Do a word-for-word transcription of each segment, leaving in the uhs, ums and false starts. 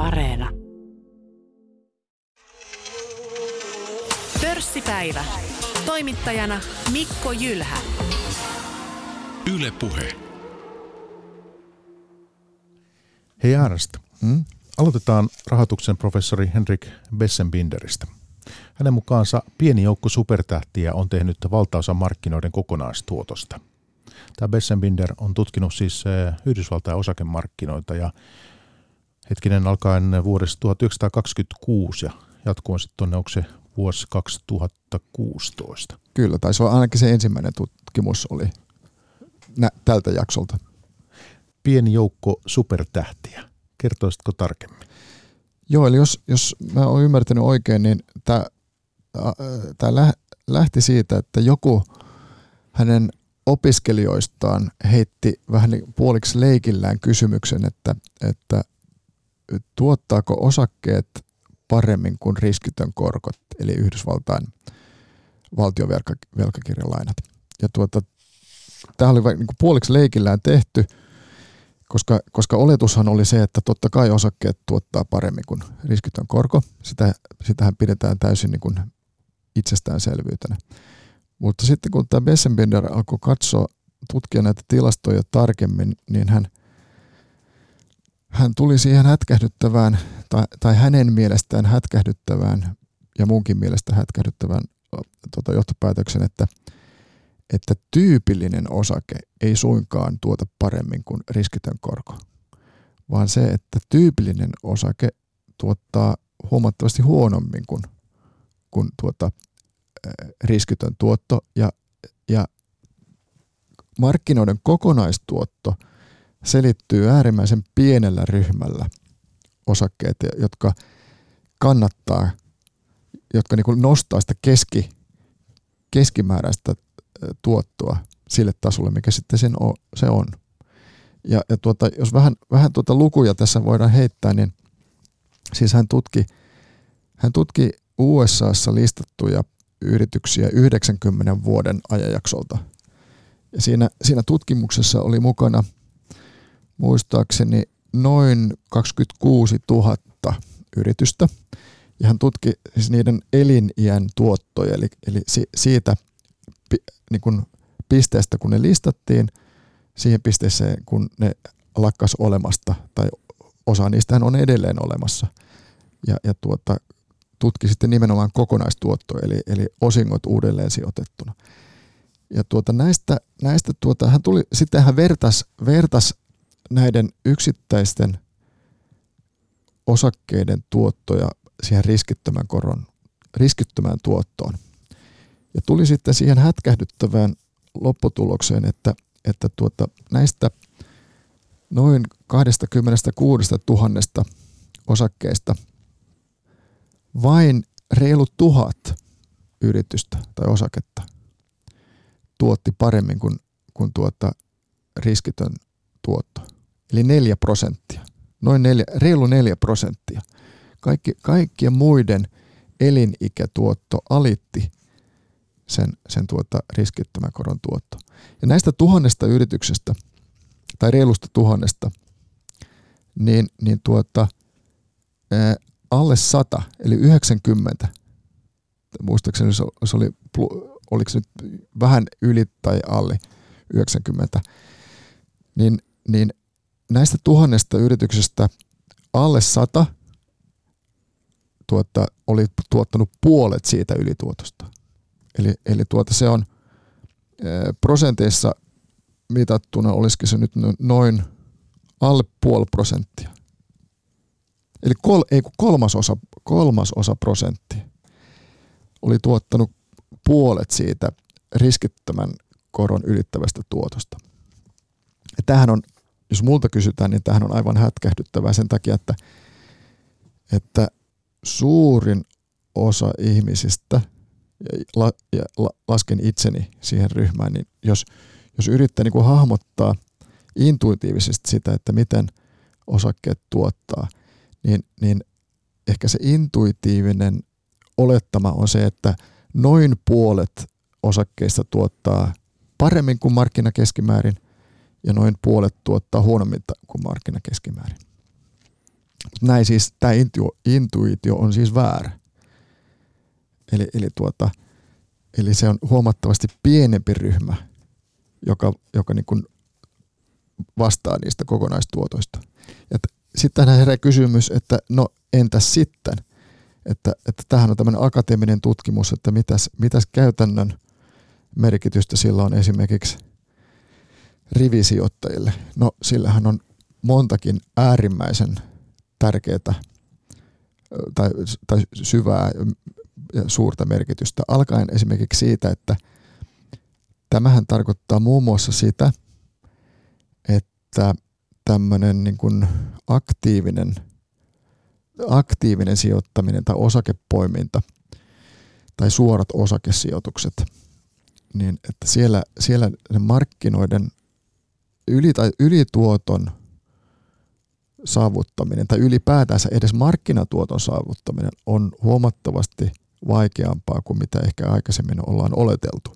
Areena. Pörssipäivä. Toimittajana Mikko Jylhä. Yle Puhe. Hei Ernst. Hmm? Aloitetaan rahoituksen professori Henrik Bessenbinderistä. Hänen mukaansa pieni joukko supertähtiä on tehnyt valtaosa markkinoiden kokonaistuotosta. Tämä Bessenbinder on tutkinut siis Yhdysvaltain osakemarkkinoita ja hetkinen alkaen vuodesta tuhatyhdeksänsataakaksikymmentäkuusi ja jatkuen sitten tuonne, onko se vuosi kaksituhattakuusitoista? Kyllä, taisi olla ainakin se ensimmäinen tutkimus oli nä- tältä jaksolta. Pieni joukko supertähtiä. Kertoisitko tarkemmin? Joo, eli jos, jos mä oon ymmärtänyt oikein, niin tämä lähti siitä, että joku hänen opiskelijoistaan heitti vähän puoliksi leikillään kysymyksen, että, että tuottaako osakkeet paremmin kuin riskitön korko, eli Yhdysvaltain valtionvelkakirjalainat. Ja tuota, tämä oli niin kuin puoliksi leikillään tehty, koska, koska oletushan oli se, että totta kai osakkeet tuottaa paremmin kuin riskitön korko. Sitä, sitähän pidetään täysin niin kuin itsestäänselvyytenä. Mutta sitten kun tämä Bessenbinder alkoi katsoa, tutkia näitä tilastoja tarkemmin, niin hän, hän tuli siihen hätkähdyttävään, tai, tai hänen mielestään hätkähdyttävään ja muunkin mielestä hätkähdyttävään tuota, johtopäätöksen, että, että tyypillinen osake ei suinkaan tuota paremmin kuin riskitön korko, vaan se, että tyypillinen osake tuottaa huomattavasti huonommin kuin, kuin tuota, riskitön tuotto ja, ja markkinoiden kokonaistuotto selittyy äärimmäisen pienellä ryhmällä osakkeita, jotka kannattaa, jotka niin kuin nostaa sitä keski, keskimääräistä tuottoa sille tasolle, mikä sitten sen on, se on. Ja, ja tuota, jos vähän, vähän tuota lukuja tässä voidaan heittää, niin siis hän tutki, hän tutki U S A:ssa listattuja yrityksiä yhdeksänkymmenen vuoden ajanjaksolta. Ja siinä, siinä tutkimuksessa oli mukana muistaakseni noin kaksikymmentäkuusituhatta yritystä. Ja hän tutki siis niiden eliniän tuottoja, eli, eli si, siitä pi, niin kun pisteestä, kun ne listattiin, siihen pisteeseen, kun ne lakkas olemasta, tai osa niistähän on edelleen olemassa. Ja, ja tuota, tutki sitten nimenomaan kokonaistuottoa, eli, eli osingot uudelleen sijoitettuna. Ja tuota, näistä, näistä tuota, hän tuli, sitten hän vertasi vertas näiden yksittäisten osakkeiden tuottoja siihen riskittömän koron, riskittömään tuottoon. Ja tuli sitten siihen hätkähdyttävään lopputulokseen, että, että tuota, näistä noin kaksikymmentäkuusituhatta osakkeista vain reilu tuhat yritystä tai osaketta tuotti paremmin kuin, kuin tuota riskitön tuotto. Eli neljä prosenttia. Noin neljä, reilu neljä prosenttia. Kaikki, kaikkien muiden elinikätuotto alitti sen, sen tuota riskittömän koron tuotto. Ja näistä tuhannesta yrityksestä, tai reilusta tuhannesta, niin, niin tuota, ää, alle sata, eli yhdeksänkymmentä, muistaakseni se oli, oliko se nyt vähän yli tai alle yhdeksänkymmentä, niin, niin näistä tuhannesta yrityksestä alle sata tuota, oli tuottanut puolet siitä ylituotosta. Eli, eli tuota, se on ää, prosenteissa mitattuna, olisiko se nyt noin alle puoli prosenttia. Eli kol, ei, kolmasosa, kolmasosa prosenttia oli tuottanut puolet siitä riskittömän koron ylittävästä tuotosta. Ja tämähän on, jos multa kysytään, niin tämähän on aivan hätkähdyttävää sen takia, että, että suurin osa ihmisistä, ja, la, ja la, lasken itseni siihen ryhmään, niin jos, jos yrittää niin kuin hahmottaa intuitiivisesti sitä, että miten osakkeet tuottaa, niin, niin ehkä se intuitiivinen olettama on se, että noin puolet osakkeista tuottaa paremmin kuin markkinakeskimäärin ja noin puolet tuottaa huonommin kuin markkinakeskimäärin. Mutta näin siis, tämä intu, intuitio on siis väärä. Eli, eli, tuota, eli se on huomattavasti pienempi ryhmä, joka, joka niin kuin vastaa niistä kokonaistuotoista. Sitten herää kysymys, että no entäs sitten, että, että tämähän on tämmöinen akateeminen tutkimus, että mitäs, mitäs käytännön merkitystä sillä on esimerkiksi rivisijoittajille. No sillähän on montakin äärimmäisen tärkeää tai, tai syvää ja suurta merkitystä. Alkaen esimerkiksi siitä, että tämähän tarkoittaa muun muassa sitä, että tämmöinen niin kuin aktiivinen, aktiivinen sijoittaminen tai osakepoiminta tai suorat osakesijoitukset, niin että siellä, siellä ne markkinoiden yli tai ylituoton saavuttaminen tai ylipäätänsä edes markkinatuoton saavuttaminen on huomattavasti vaikeampaa kuin mitä ehkä aikaisemmin ollaan oleteltu.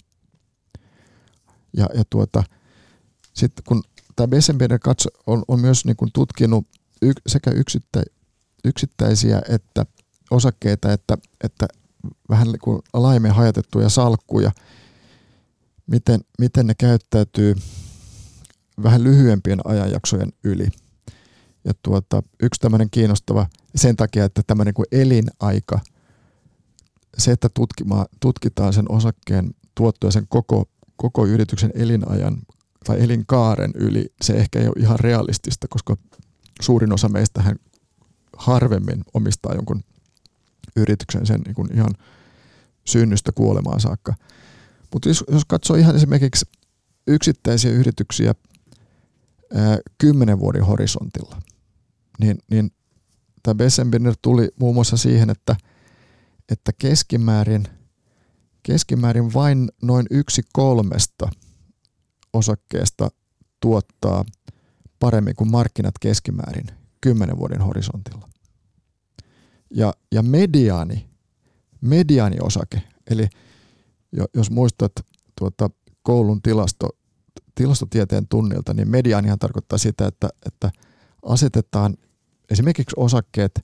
Ja, ja tuota, sitten kun tämä Bessenbinder katso on, on myös niin kuin tutkinut yk, sekä yksittä, yksittäisiä että osakkeita että, että vähän niin kuin laajemmin hajatettuja salkkuja, miten, miten ne käyttäytyy vähän lyhyempien ajanjaksojen yli. Ja tuota, yksi tämmöinen kiinnostava sen takia, että tämmöinen kuin elinaika, se, että tutkimaan, tutkitaan sen osakkeen tuottoja sen koko, koko yrityksen elinajan tai elinkaaren yli, se ehkä ei ole ihan realistista, koska suurin osa meistähän harvemmin omistaa jonkun yrityksen sen niin kuin ihan synnystä kuolemaan saakka. Mutta jos, jos katsoo ihan esimerkiksi yksittäisiä yrityksiä ää, kymmenen vuoden horisontilla, niin, niin tämä Bessenbinder tuli muun muassa siihen, että, että keskimäärin, keskimäärin vain noin yksi kolmesta osakkeesta tuottaa paremmin kuin markkinat keskimäärin kymmenen vuoden horisontilla. Ja, ja mediaani, mediaaniosake, eli jos muistat tuota koulun tilasto, tilastotieteen tunnilta, niin mediaanihan tarkoittaa sitä, että, että asetetaan esimerkiksi osakkeet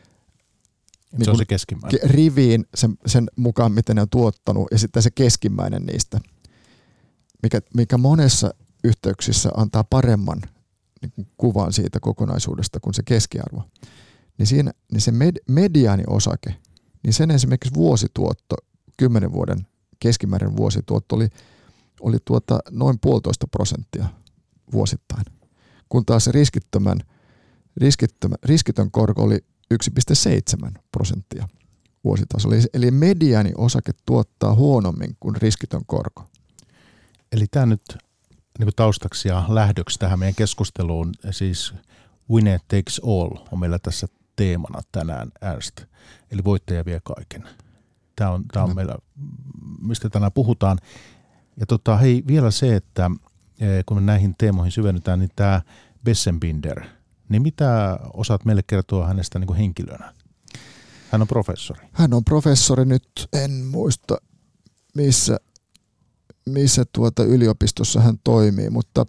se niin on se keskimmäinen. riviin sen, sen mukaan, miten ne on tuottanut, ja sitten se keskimmäinen niistä, mikä, mikä monessa yhteyksissä antaa paremman niin kuin kuvan siitä kokonaisuudesta kuin se keskiarvo. Niin, siinä, niin se med, mediaaniosake, niin sen esimerkiksi vuosituotto, kymmenen vuoden keskimäärin vuosituotto oli, oli tuota noin puolitoista prosenttia vuosittain, kun taas riskittömän, riskittömän, riskitön korko oli yksi pilkku seitsemän prosenttia vuositasolla. Eli mediaaniosake tuottaa huonommin kuin riskitön korko. Eli tämä nyt niin kuin taustaksi ja lähdöksi tähän meidän keskusteluun, siis winner takes all on meillä tässä teemana tänään Ernst, eli voittaja vie kaiken. Tämä on, tämä on meillä, mistä tänään puhutaan. Ja tota, hei, vielä se, että kun me näihin teemoihin syvennytään, niin tämä Bessenbinder, niin mitä osaat meille kertoa hänestä niin kuin henkilönä? Hän on professori. Hän on professori nyt, en muista missä, missä tuota yliopistossa hän toimii, mutta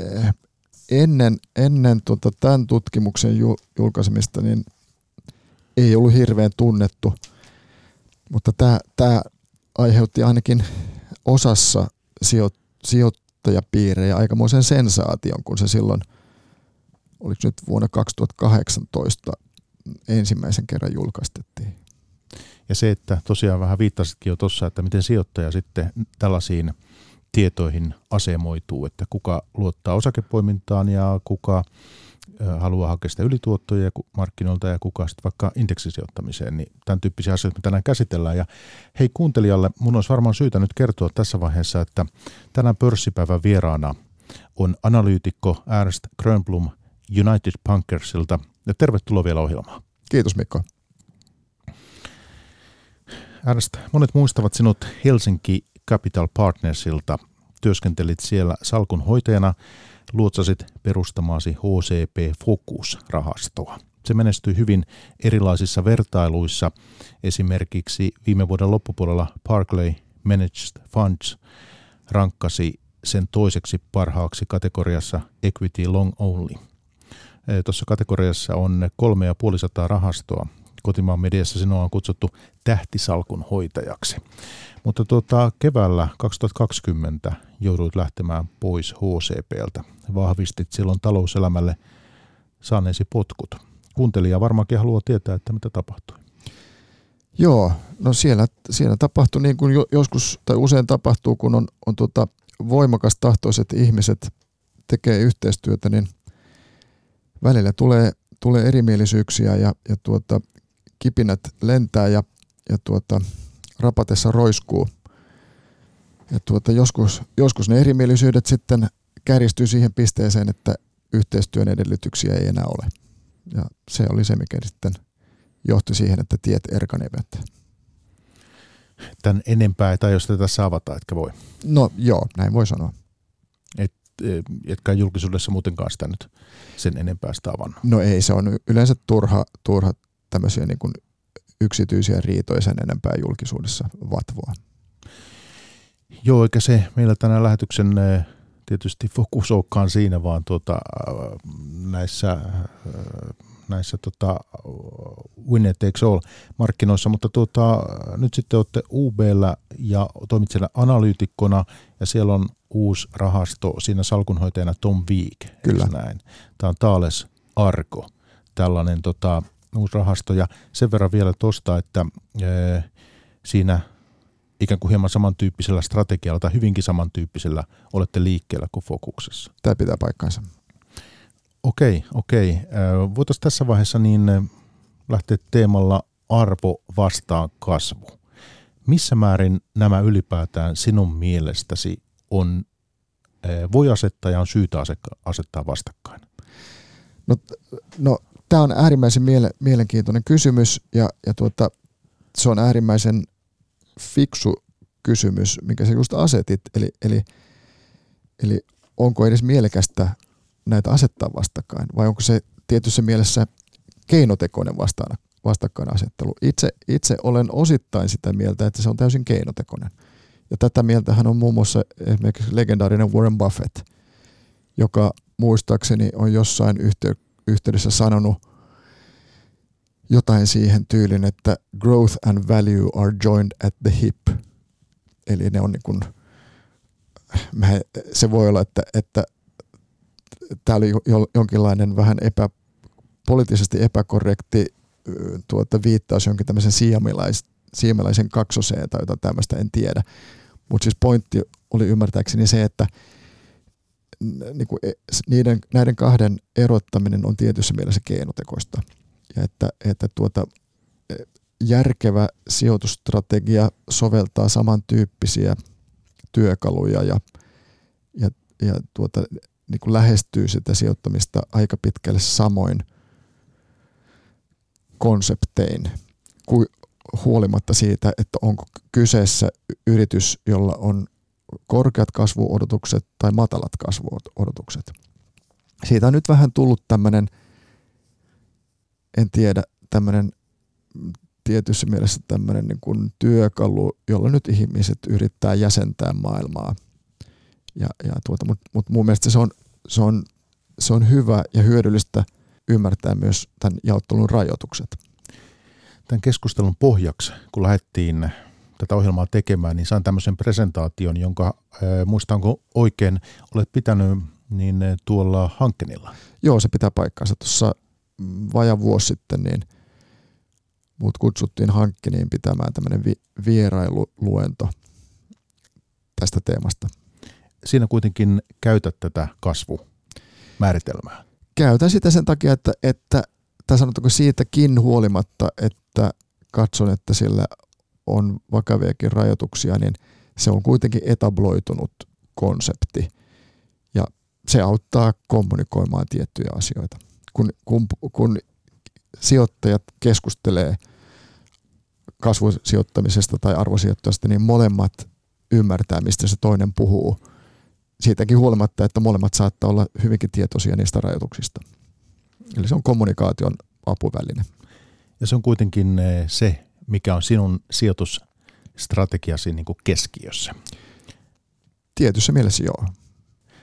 ennen, ennen tuota tämän tutkimuksen julkaisemista niin ei ollut hirveän tunnettu, mutta tämä, tämä aiheutti ainakin osassa sijo, sijoittajapiirejä aikamoisen sensaation, kun se silloin, oliko nyt vuonna kaksituhattakahdeksantoista ensimmäisen kerran julkaistettiin. Ja se, että tosiaan vähän viittasitkin jo tuossa, että miten sijoittaja sitten tällaisiin tietoihin asemoituu, että kuka luottaa osakepoimintaan ja kuka haluaa hakea sitä ylituottoja markkinoilta ja kuka sitten vaikka indeksisijoittamiseen, niin tämän tyyppisiä asioita me tänään käsitellään. Ja hei kuuntelijalle, mun olisi varmaan syytä nyt kertoa tässä vaiheessa, että tänään pörssipäivän vieraana on analyytikko Ernst Grönblom United Bankersilta. Ja tervetuloa vielä ohjelmaan. Kiitos Mikko. Ernst, monet muistavat sinut Helsinki Capital Partnersilta. Työskentelit siellä salkunhoitajana, luotsasit perustamaasi H C P Focus-rahastoa. Se menestyi hyvin erilaisissa vertailuissa. Esimerkiksi viime vuoden loppupuolella Barclay Managed Funds rankkasi sen toiseksi parhaaksi kategoriassa Equity Long Only. Tuossa kategoriassa on kolme ja puoli sataa rahastoa. Kotimaan mediassa sinua on kutsuttu tähtisalkun hoitajaksi. Mutta tuota, keväällä kaksituhattakaksikymmentä jouduit lähtemään pois H C P:ltä. Vahvistit silloin talouselämälle saaneesi potkut. Kuuntelija varmaankin haluaa tietää, että mitä tapahtui. Joo, no siellä, siellä tapahtui niin kuin joskus tai usein tapahtuu, kun on, on tuota voimakas tahtoiset ihmiset tekee yhteistyötä, niin välillä tulee, tulee erimielisyyksiä ja, ja tuota, kipinät lentää ja, ja tuota, rapatessa roiskuu. Ja tuota, joskus, joskus ne erimielisyydet sitten kärjistyy siihen pisteeseen, että yhteistyön edellytyksiä ei enää ole. Ja se oli se, mikä sitten johti siihen, että tiet erkanevat. Tän enempää, tai jos tätä saa avata, etkä voi. No joo, näin voi sanoa. Et, etkä julkisuudessa muutenkaan sitä nyt sen enempää sitä avannut. No ei, se on yleensä turha, turha tämmöisiä niin kuin yksityisiä riitoja sen enempää julkisuudessa vatvoa. Joo, eikä se meillä tänään lähetyksen tietysti fokus olekaan siinä, vaan tuota, näissä, näissä tota, winner takes all markkinoissa, mutta tuota, nyt sitten olette U B:llä ja toimit siellä analyytikkona ja siellä on uusi rahasto, siinä salkunhoitajana Tom Wiik. Kyllä. Näin. Tämä on Thales Argo, tällainen tota, uusi rahasto ja sen verran vielä tuosta, että ee, siinä ikään kuin hieman samantyyppisellä strategialla tai hyvinkin samantyyppisellä olette liikkeellä kuin Fokuksessa. Tämä pitää paikkansa. Okei, okei. Voitaisiin tässä vaiheessa niin lähteä teemalla arvo vastaan kasvu. Missä määrin nämä ylipäätään sinun mielestäsi on, voi asettaa ja on syytä asettaa vastakkain? No, no tämä on äärimmäisen miele- mielenkiintoinen kysymys ja, ja tuota, se on äärimmäisen fiksu kysymys, minkä sä just asetit, eli, eli, eli onko edes mielekästä näitä asettaa vastakkain, vai onko se tietyssä mielessä keinotekoinen vastaan, vastakkainasettelu. Itse, itse olen osittain sitä mieltä, että se on täysin keinotekoinen. Ja tätä mieltähän on muun muassa esimerkiksi legendaarinen Warren Buffett, joka muistaakseni on jossain yhtey- yhteydessä sanonut jotain siihen tyylin, että growth and value are joined at the hip. Eli ne on niin kuin, se voi olla, että, että tämä oli jonkinlainen vähän epä, poliittisesti epäkorrekti tuota, viittaus jonkin tämmöisen siamilais, siamelaisen kaksoseen tai jotain tämmöistä, en tiedä. Mutta siis pointti oli ymmärtääkseni se, että niin kuin niiden, näiden kahden erottaminen on tietyssä mielessä keinotekoista. Ja että, että tuota, järkevä sijoitusstrategia soveltaa samantyyppisiä työkaluja ja, ja, ja tuota, niin kuin lähestyy sitä sijoittamista aika pitkälle samoin konseptein, kuin huolimatta siitä, että onko kyseessä yritys, jolla on korkeat kasvuodotukset tai matalat kasvuodotukset. Siitä on nyt vähän tullut tämmöinen, en tiedä, tämmöinen tietyssä mielessä tämmöinen niin kuin työkalu, jolla nyt ihmiset yrittää jäsentää maailmaa. Ja, ja tuota, mutta mut mun mielestä se on, se, on, se on hyvä ja hyödyllistä ymmärtää myös tämän jaottelun rajoitukset. Tämän keskustelun pohjaksi, kun lähdettiin tätä ohjelmaa tekemään, niin sain tämmöisen presentaation, jonka äh, muistanko oikein olet pitänyt niin tuolla Hankkenilla. Joo, se pitää paikkaansa. Tuossa vajaa vuosi sitten niin mut kutsuttiin Hankkeniin pitämään tämmöinen vi- vierailuluento tästä teemasta. Siinä kuitenkin käytät tätä kasvumääritelmää. Käytän sitä sen takia, että, että tai sanotaanko siitäkin huolimatta, että katson, että sillä on vakaviakin rajoituksia, niin se on kuitenkin etabloitunut konsepti ja se auttaa kommunikoimaan tiettyjä asioita. Kun, kun, kun sijoittajat keskustelee kasvusijoittamisesta tai arvosijoittamisesta, niin molemmat ymmärtää, mistä se toinen puhuu. Siitäkin huolimatta, että molemmat saattaa olla hyvinkin tietoisia niistä rajoituksista. Eli se on kommunikaation apuväline. Ja se on kuitenkin se, mikä on sinun sijoitusstrategiasi niin kuin keskiössä. Tietyssä mielessä joo.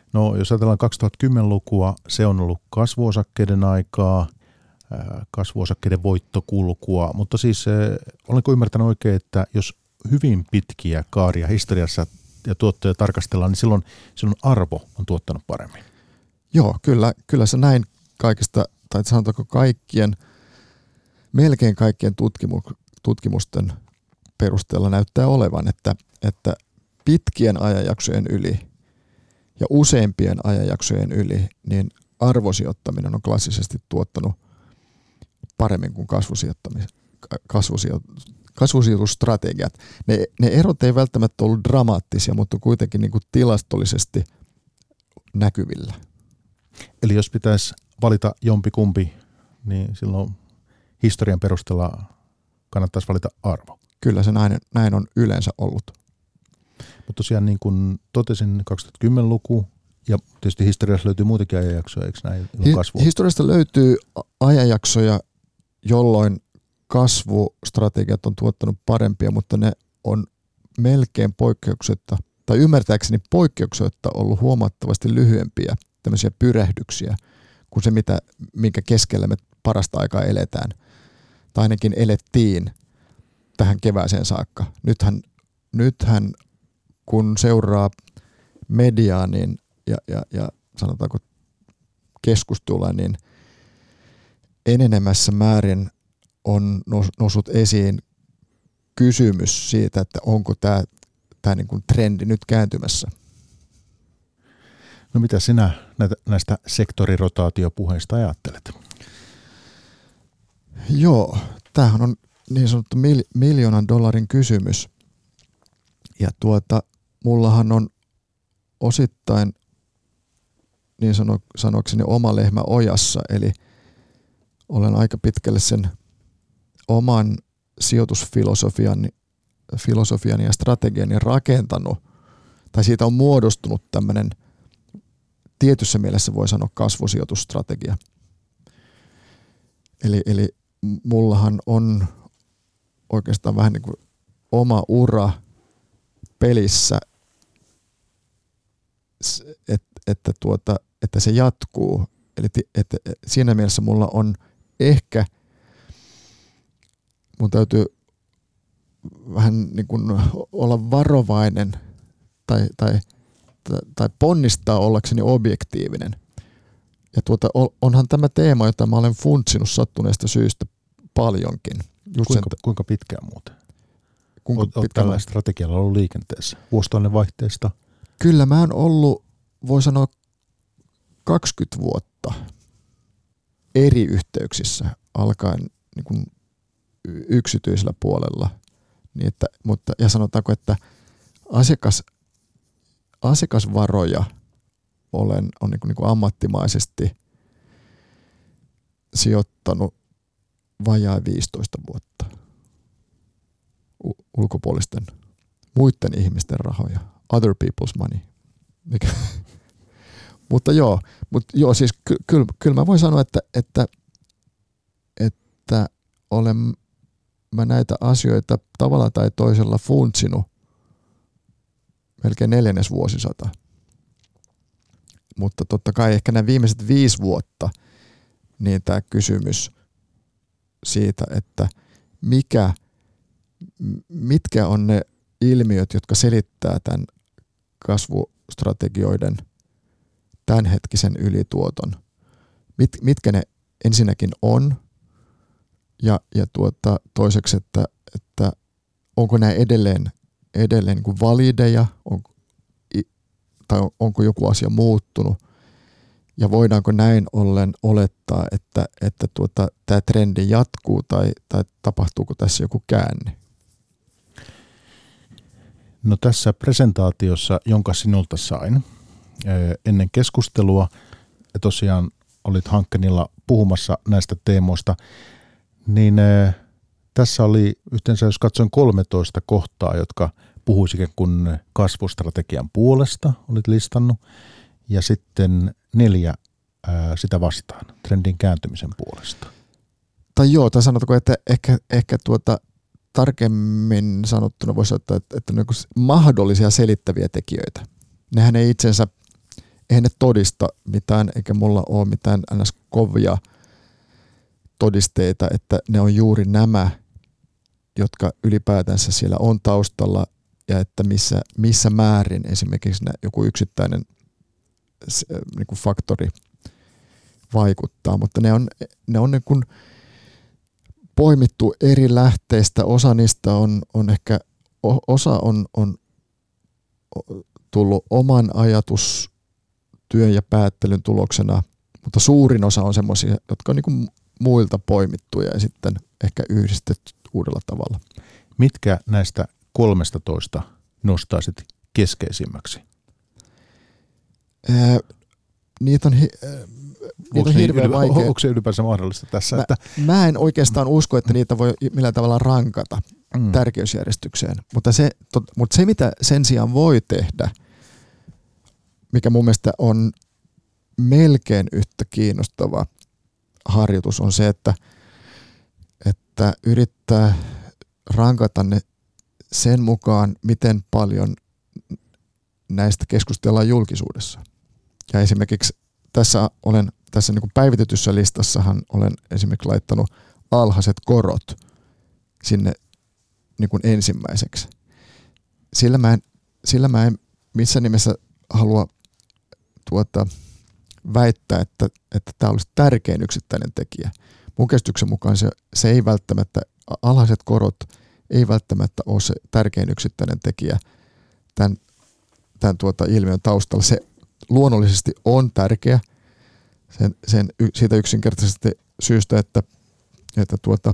No jos ajatellaan kaksituhattakymmenlukua, se on ollut kasvuosakkeiden aikaa, kasvuosakkeiden voittokulkua, mutta siis olenko ymmärtänyt oikein, että jos hyvin pitkiä kaaria historiassa ja tuottoja tarkastellaan, niin silloin, silloin arvo on tuottanut paremmin? Joo, kyllä, kyllä se näin kaikista, tai sanotaanko kaikkien, melkein kaikkien tutkimu, tutkimusten perusteella näyttää olevan, että, että pitkien ajanjaksojen yli ja useimpien ajanjaksojen yli, niin arvosijoittaminen on klassisesti tuottanut paremmin kuin kasvusijoitusstrategiat. Ne, ne erot ei välttämättä ollut dramaattisia, mutta kuitenkin niin kuin tilastollisesti näkyvillä. Eli jos pitäisi valita jompikumpi, niin silloin historian perusteella kannattaisi valita arvo. Kyllä se näin, näin on yleensä ollut. Mutta tosiaan niin kuin totesin, kaksituhattakymmenluku ja tietysti historiassa löytyy muitakin ajanjaksoja, eikö näin? Hi- historiasta löytyy ajanjaksoja, jolloin kasvustrategiat on tuottanut parempia, mutta ne on melkein poikkeuksetta, tai ymmärtääkseni poikkeuksetta ollut huomattavasti lyhyempiä tämmöisiä pyrehdyksiä kuin se, mitä, minkä keskellä me parasta aikaa eletään. Tai ainakin elettiin tähän kevääseen saakka. Nythän, nythän kun seuraa mediaa niin, ja, ja, ja sanotaanko keskustelua, niin enenemässä määrin on noussut esiin kysymys siitä, että onko tämä, tämä niin kuin trendi nyt kääntymässä. No mitä sinä näitä, näistä sektorirotaatiopuheista ajattelet? Joo, tämähän on niin sanottu mil, miljoonan dollarin kysymys. Ja tuota, mullahan on osittain niin sano, sanokseni oma lehmä ojassa, eli olen aika pitkälle sen oman sijoitusfilosofian filosofian ja strategian rakentanut, tai siitä on muodostunut tämmöinen tietyssä mielessä voi sanoa kasvusijoitusstrategia. Eli, eli mullahan on oikeastaan vähän niin kuin oma ura pelissä, että, että, tuota, että se jatkuu. Eli että siinä mielessä mulla on ehkä, mun täytyy vähän niin kuin olla varovainen tai, tai, tai ponnistaa ollakseni objektiivinen. Ja tuota, onhan tämä teema, jota mä olen funtsinut sattuneesta syystä paljonkin. Just kuinka, sen, kuinka pitkään muuten? Kuinka Olet pitkään tällä strategialla ollut liikenteessä? Vuosituhannen vaihteesta? Kyllä mä oon ollut, voi sanoa, kaksikymmentä vuotta eri yhteyksissä alkaen niin kuin yksityisellä puolella. Niin että, mutta, ja sanotaanko, että asiakas, asiakasvaroja olen on niin kuin, niin kuin ammattimaisesti sijoittanut vajaa viisitoista vuotta U- ulkopuolisten muiden ihmisten rahoja, other people's money. Mikä? Mutta joo, mutta joo, siis ky- kyllä, kyllä mä voin sanoa, että, että, että olen mä näitä asioita tavalla tai toisella funtsinut melkein neljännes vuosisata. Mutta totta kai ehkä nämä viimeiset viisi vuotta, niin tämä kysymys siitä, että mikä, mitkä on ne ilmiöt, jotka selittää tämän kasvustrategioiden tämänhetkisen ylituoton. Mit, mitkä ne ensinnäkin on ja, ja tuota, toiseksi, että, että onko nämä edelleen, edelleen niin kuin valideja, on, tai onko joku asia muuttunut ja voidaanko näin ollen olettaa, että, että tuota, tämä trendi jatkuu tai, tai tapahtuuko tässä joku käänne? No tässä presentaatiossa, jonka sinulta sain ennen keskustelua, ja tosiaan olit Hankkenilla puhumassa näistä teemoista, niin tässä oli yhteensä, jos katsoin kolmetoista kohtaa, jotka puhuisikin kuin kasvustrategian puolesta, olit listannut, ja sitten neljä ää, sitä vastaan, trendin kääntymisen puolesta. Tai joo, tai sanotaanko, että ehkä, ehkä tuota, tarkemmin sanottuna voisi ottaa, että, että ne on mahdollisia selittäviä tekijöitä. Nehän ei itsensä eihän ne todista mitään, eikä mulla ole mitään ns. Kovia todisteita, että ne on juuri nämä, jotka ylipäätänsä siellä on taustalla ja että missä, missä määrin esimerkiksi joku yksittäinen niin kuin faktori vaikuttaa, mutta ne on, ne on niin kuin poimittu eri lähteistä. Osa niistä on, on ehkä, osa on, on tullut oman ajatustyön ja päättelyn tuloksena, mutta suurin osa on semmoisia, jotka on niin kuin muilta poimittuja ja sitten ehkä yhdistetty uudella tavalla. Mitkä näistä kolmestatoista nostaisit keskeisimmäksi? Ää, niitä on, hi- niitä on hirveän niin, vaikea. Onko se ylipäänsä mahdollista tässä? Mä, että... mä en oikeastaan usko, että niitä voi millään tavalla rankata mm. tärkeysjärjestykseen, mutta se, to, mutta se mitä sen sijaan voi tehdä, mikä mun mielestä on melkein yhtä kiinnostava harjoitus, on se, että, että yrittää rankata ne sen mukaan, miten paljon näistä keskustellaan julkisuudessa. Ja esimerkiksi tässä olen tässä niin kuin päivitetyssä listassahan olen esimerkiksi laittanut alhaiset korot sinne niin kuin ensimmäiseksi. Sillä mä en, sillä mä en missään nimessä halua tuota, väittää, että, että tämä olisi tärkein yksittäinen tekijä. Mun käsityksen mukaan se, se ei välttämättä, alhaiset korot ei välttämättä ole se tärkein yksittäinen tekijä tämän, tämän tuota ilmiön taustalla. Se luonnollisesti on tärkeä sen, sen, siitä yksinkertaisesti syystä, että, että tuota,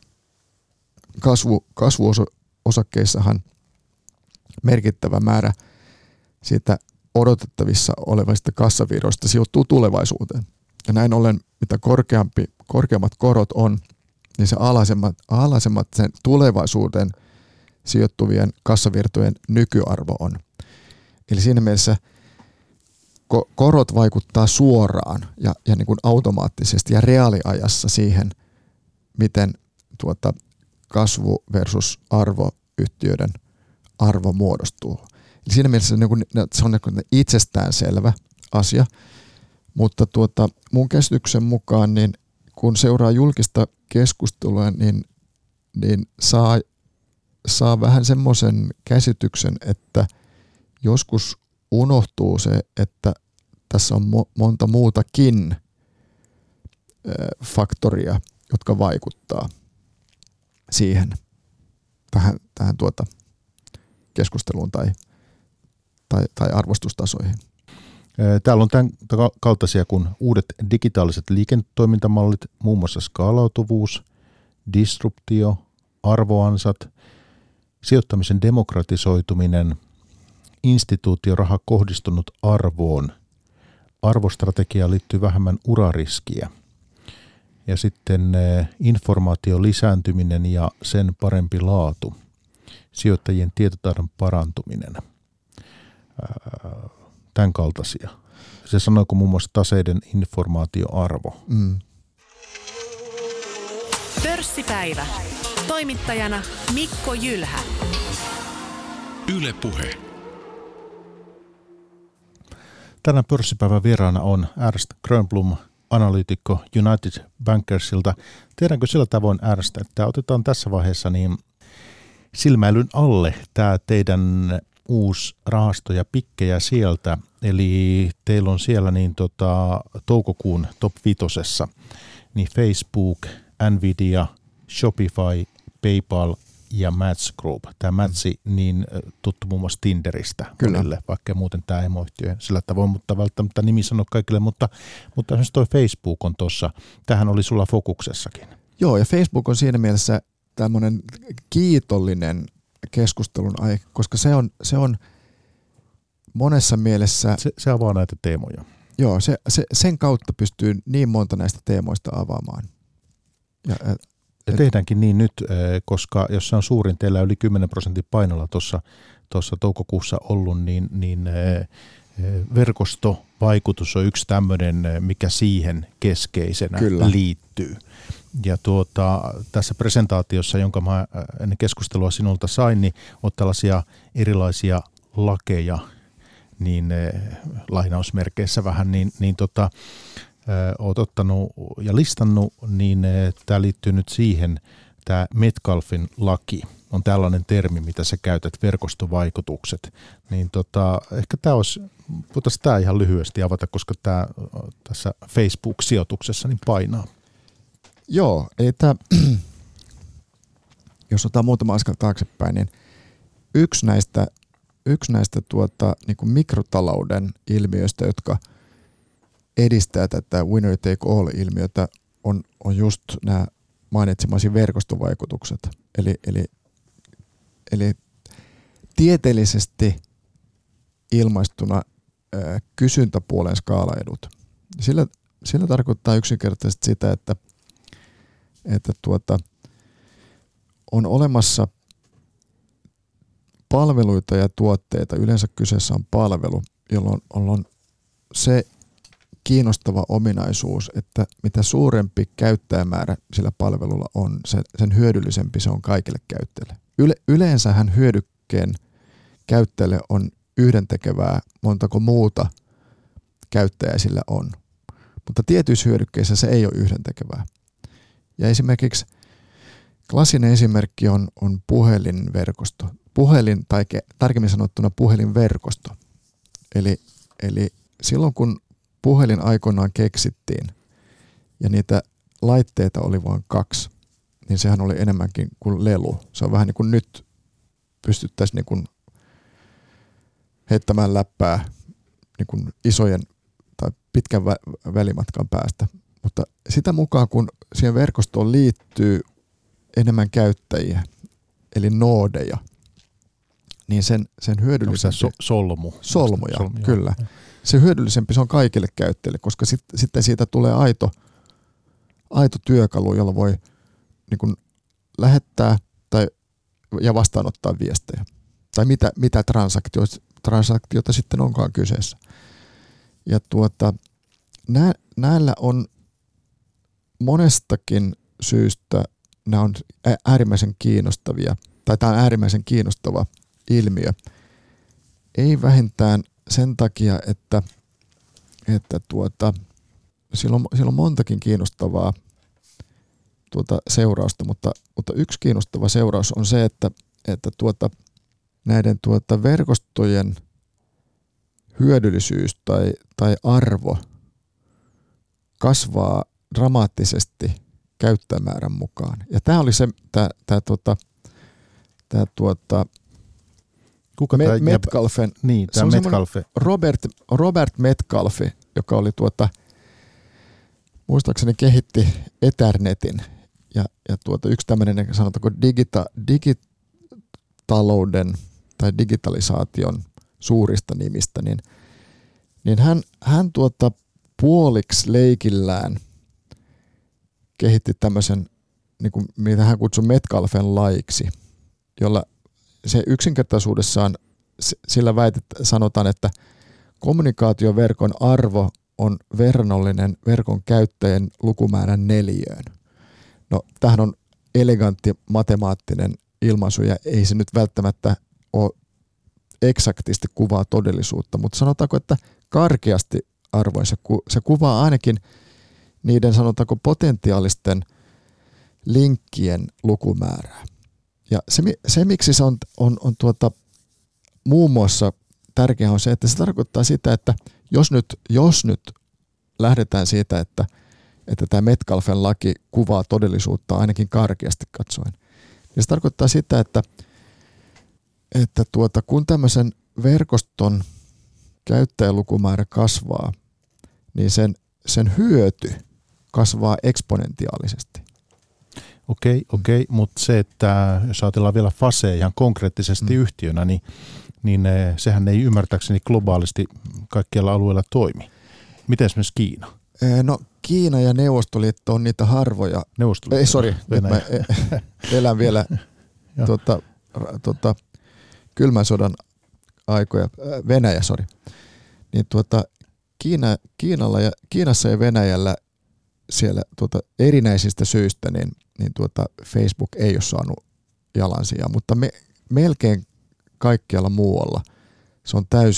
kasvu, kasvuosakkeissahan merkittävä määrä siitä odotettavissa olevista kassavirroista sijoittuu tulevaisuuteen. Ja näin ollen, mitä korkeampi, korkeammat korot on, niin se alhaisemmat, alhaisemmat sen tulevaisuuteen sijoittuvien kassavirtojen nykyarvo on. Eli siinä mielessä ko- korot vaikuttaa suoraan ja, ja niin kuin automaattisesti ja reaaliajassa siihen, miten tuota kasvu versus arvoyhtiöiden arvo muodostuu. Eli siinä mielessä se on itsestäänselvä asia, mutta tuota, mun käsityksen mukaan niin kun seuraa julkista keskustelua, niin, niin saa, saa vähän semmoisen käsityksen, että joskus unohtuu se, että tässä on mo- monta muutakin faktoria, jotka vaikuttaa siihen tähän, tähän tuota keskusteluun tai Tai, tai arvostustasoihin. Täällä on tämän kaltaisia kuin uudet digitaaliset liiketoimintamallit, muun muassa skaalautuvuus, disruptio, arvoansat, sijoittamisen demokratisoituminen, instituutioraha kohdistunut arvoon, arvostrategiaan liittyy vähemmän urariskiä ja sitten informaation lisääntyminen ja sen parempi laatu, sijoittajien tietotaidon parantuminen. Tämän kaltaisia. Se sanoiko muun muassa taseiden informaatioarvo. Mm. Pörssipäivä. Toimittajana Mikko Jylhä. Yle Puhe. Tänään pörssipäivän vieraana on Ernst Grönblom, analyytikko United Bankersilta. Tiedänkö sillä tavoin, Ernst, että otetaan tässä vaiheessa niin silmäilyn alle tämä teidän uusi rahasto ja pikkejä sieltä, eli teillä on siellä niin tota, toukokuun top vitosessa niin Facebook, Nvidia, Shopify, PayPal ja Match Group. Tämä Matchi niin tuttu muun muassa Tinderistä, monille, vaikka muuten tämä emoyhtiö sillä tavoin, mutta välttämättä nimi sanoo kaikille, mutta, mutta esimerkiksi toi Facebook on tuossa, tähän oli sulla fokuksessakin. Joo, ja Facebook on siinä mielessä tämmöinen kiitollinen keskustelun aihe, koska se on, se on monessa mielessä... Se, se avaa näitä teemoja. Joo, se, se, sen kautta pystyy niin monta näistä teemoista avaamaan. Ja, et, ja tehdäänkin niin nyt, koska jos se on suurin, teillä yli kymmenen prosentin painolla tuossa, tuossa toukokuussa ollut, niin, niin verkostovaikutus on yksi tämmöinen, mikä siihen keskeisenä Kyllä. liittyy. Ja tuota, tässä presentaatiossa, jonka mä ennen keskustelua sinulta sain, niin on tällaisia erilaisia lakeja niin eh, lainausmerkeissä vähän, niin, niin tota, eh, oot ottanut ja listannut, niin eh, tämä liittyy nyt siihen, tämä Metcalfen laki on tällainen termi, mitä sä käytät, verkostovaikutukset. Niin tota, ehkä tämä olisi, voitaisiin tämä ihan lyhyesti avata, koska tämä tässä Facebook-sijoituksessa niin painaa. Joo, eli tämä, jos otetaan muutama askel taaksepäin, niin yksi näistä, yksi näistä tuota, niin kuin mikrotalouden ilmiöistä, jotka edistää tätä winner take all-ilmiötä, on, on just nämä mainitsemasi verkostovaikutukset. Eli, eli, eli tieteellisesti ilmaistuna ää, kysyntäpuolen skaalaedut. Sillä, sillä tarkoittaa yksinkertaisesti sitä, että, että tuota, on olemassa palveluita ja tuotteita, yleensä kyseessä on palvelu, jolloin on se kiinnostava ominaisuus, että mitä suurempi käyttäjämäärä sillä palvelulla on, sen, sen hyödyllisempi se on kaikille käyttäjille. Yle, yleensähän hyödykkeen käyttäjälle on yhdentekevää, montako muuta käyttäjää sillä on. Mutta tietyissä hyödykkeissä se ei ole yhdentekevää. Ja esimerkiksi klassinen esimerkki on, on puhelinverkosto. Puhelin, tai tarkemmin sanottuna puhelinverkosto. Eli, eli silloin kun puhelin aikoinaan keksittiin ja niitä laitteita oli vain kaksi, niin sehän oli enemmänkin kuin lelu. Se on vähän niin kuin nyt pystyttäisiin niin kuin heittämään läppää niin kuin isojen tai pitkän vä- välimatkan päästä. Mutta sitä mukaan, kun siihen verkostoon liittyy enemmän käyttäjiä, eli noodeja, niin sen, sen hyödyllisempi... So, solmu. Solmuja, Solmuja, kyllä. Se hyödyllisempi se on kaikille käyttäjille, koska sit, sitten siitä tulee aito, aito työkalu, jolla voi niin kuin lähettää tai, ja vastaanottaa viestejä. Tai mitä, mitä transaktioita, transaktioita sitten onkaan kyseessä. Ja tuota, nä, näillä on monestakin syystä, nämä on äärimmäisen kiinnostavia, tai tämä on äärimmäisen kiinnostava ilmiö. Ei vähintään sen takia, että, että tuota, sillä, on, sillä on montakin kiinnostavaa tuota seurausta, mutta, mutta yksi kiinnostava seuraus on se, että, että tuota, näiden tuota verkostojen hyödyllisyys tai, tai arvo kasvaa dramaattisesti käyttäjämäärän mukaan. Ja tämä oli se, tämä, tämä, tuota, tämä tuota, Kuka Me, tämä Metcalfe, niin, se on Metcalfe. Robert, Robert Metcalfe, joka oli tuota, muistaakseni kehitti Ethernetin ja, ja tuota, yksi tämmöinen sanotaanko digita, digitalouden tai digitalisaation suurista nimistä, niin, niin hän, hän tuota puoliksi leikillään kehitti tämmöisen, niin kuin, mitä hän kutsui Metcalfen laiksi, jolla se yksinkertaisuudessaan sillä väitet, sanotaan, että kommunikaatioverkon arvo on verrannollinen verkon käyttäjien lukumäärän neliöön. No, tämähän on elegantti matemaattinen ilmaisu ja ei se nyt välttämättä ole eksaktisti kuvaa todellisuutta, mutta sanotaanko, että karkeasti arvoin se, ku, se kuvaa ainakin niiden sanotaanko potentiaalisten linkkien lukumäärää. Ja se, se miksi se on, on, on tuota, muun muassa tärkeää on se, että se tarkoittaa sitä, että jos nyt, jos nyt lähdetään siitä, että, että tämä Metcalfen laki kuvaa todellisuutta ainakin karkeasti katsoen, niin se tarkoittaa sitä, että, että tuota, kun tämmöisen verkoston käyttäjälukumäärä kasvaa, niin sen, sen hyöty kasvaa eksponentiaalisesti. Okei, okei, mutta se, että jos ajatellaan vielä Facea ihan konkreettisesti mm. yhtiönä, niin, niin sehän ei ymmärtääkseni globaalisti kaikkialla alueilla toimi. Miten esimerkiksi Kiina? No Kiina ja Neuvostoliitto on niitä harvoja. Neuvostoliitto. Ei, sori, nyt mä elän vielä tuota, tuota, kylmän sodan aikoja. Venäjä, sori. Niin tuota, Kiina, Kiinalla ja, Kiinassa ja Venäjällä siellä tuota, erinäisistä syistä niin, niin tuota, Facebook ei ole saanut jalansijaa, mutta me, melkein kaikkialla muualla se on täysin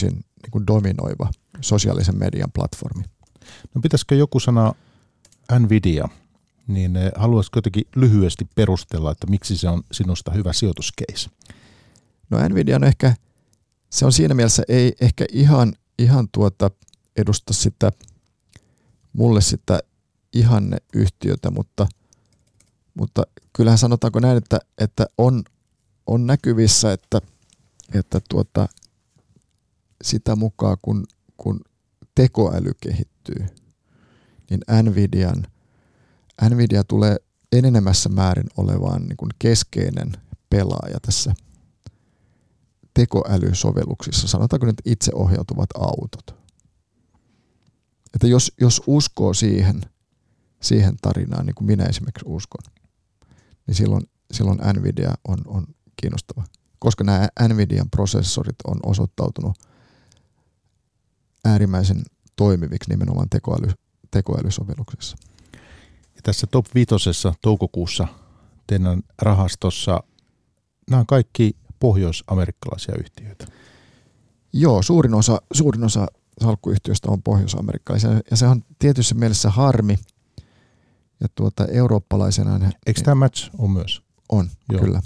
niin kuin dominoiva sosiaalisen median platformi. No pitäisikö joku sana Nvidia, niin haluaisitko jotenkin lyhyesti perustella, että miksi se on sinusta hyvä sijoituscase? No Nvidia on ehkä, se on siinä mielessä ei ehkä ihan, ihan tuota edusta sitä, mulle sitä ihanneyhtiötä, mutta, mutta kyllähän sanotaanko näin, että, että on, on näkyvissä, että, että tuota, sitä mukaan kun, kun tekoäly kehittyy, niin Nvidian, Nvidia tulee enenemässä määrin olevaan niin kuin keskeinen pelaaja tässä tekoälysovelluksissa, sanotaanko nyt itseohjautuvat autot. Että jos, jos uskoo siihen, siihen tarinaan, niin kuin minä esimerkiksi uskon, niin silloin, silloin Nvidia on, on kiinnostava. Koska nämä Nvidian prosessorit on osoittautunut äärimmäisen toimiviksi nimenomaan tekoäly, tekoälysovelluksissa. Ja tässä top viitosessa toukokuussa teidän rahastossa, nämä on kaikki pohjois-amerikkalaisia yhtiöitä. Joo, suurin osa, suurin osa salkkuyhtiöistä on pohjois-amerikkalaisia, ja se on tietyssä mielessä harmi. Ja tuota eurooppalaisena... Eikö tämä Match on myös? On, Joo. Kyllä.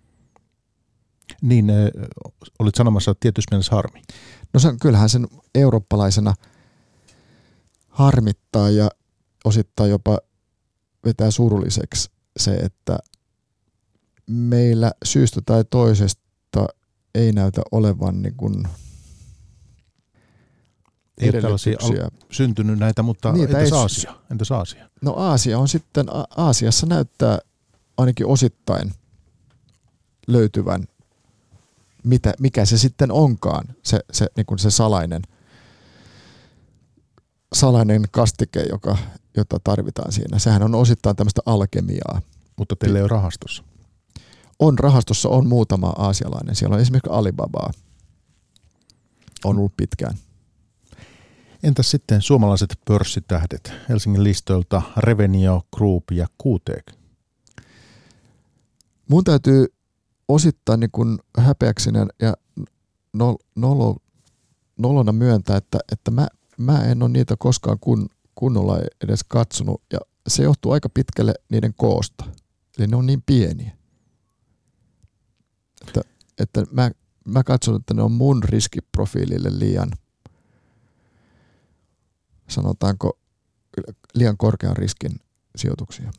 Niin, äh, olit sanomassa, että tietyssä mielessä harmi. No se, kyllähän sen eurooppalaisena harmittaa ja osittain jopa vetää surulliseksi se, että meillä syystä tai toisesta ei näytä olevan niin kuin ei ole tällaisia syntynyt näitä, mutta niitä entäs ei, Aasia? Entäs Aasia? No Aasia on sitten, Aasiassa näyttää ainakin osittain löytyvän, mitä, mikä se sitten onkaan, se, se, niin kuin se salainen, salainen kastike, joka, jota tarvitaan siinä. Sehän on osittain tämmöistä alkemiaa. Mutta teillä ei ole rahastossa? On rahastossa, on muutama aasialainen. Siellä on esimerkiksi Alibabaa. On ollut pitkään. Entäs sitten suomalaiset pörssitähdet Helsingin listoilta Revenio Group ja Q T E K? Mun täytyy osittain niin kuin häpeäksinen ja nol, nolo, nolona myöntää, että, että mä, mä en ole niitä koskaan kun, kunnolla edes katsonut, ja se johtuu aika pitkälle niiden koosta. Eli ne on niin pieniä. Että, että mä, mä katson, että ne on mun riskiprofiilille liian, sanotaanko, liian korkean riskin sijoituksia.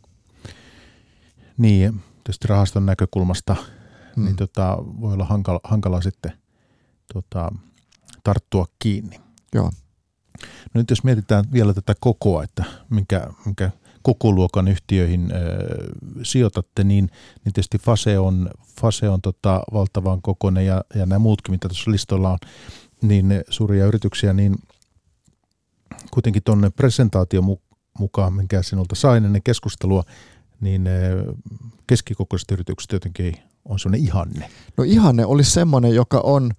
Niin, tietysti rahaston näkökulmasta hmm. niin tota, voi olla hankala, hankala sitten tota, tarttua kiinni. Joo. No nyt jos mietitään vielä tätä kokoa, että minkä, minkä kokoluokan yhtiöihin ö, sijoitatte, niin, niin tietysti Fase on, Fase on tota, valtavan kokoinen ja, ja nämä muutkin, mitä tuossa listolla on, niin suuria yrityksiä, niin kuitenkin tuonne presentaation mukaan, minkä sinulta sain ennen keskustelua, niin keskikokoiset yritykset jotenkin on sellainen ihanne. No ihanne olisi semmoinen, joka on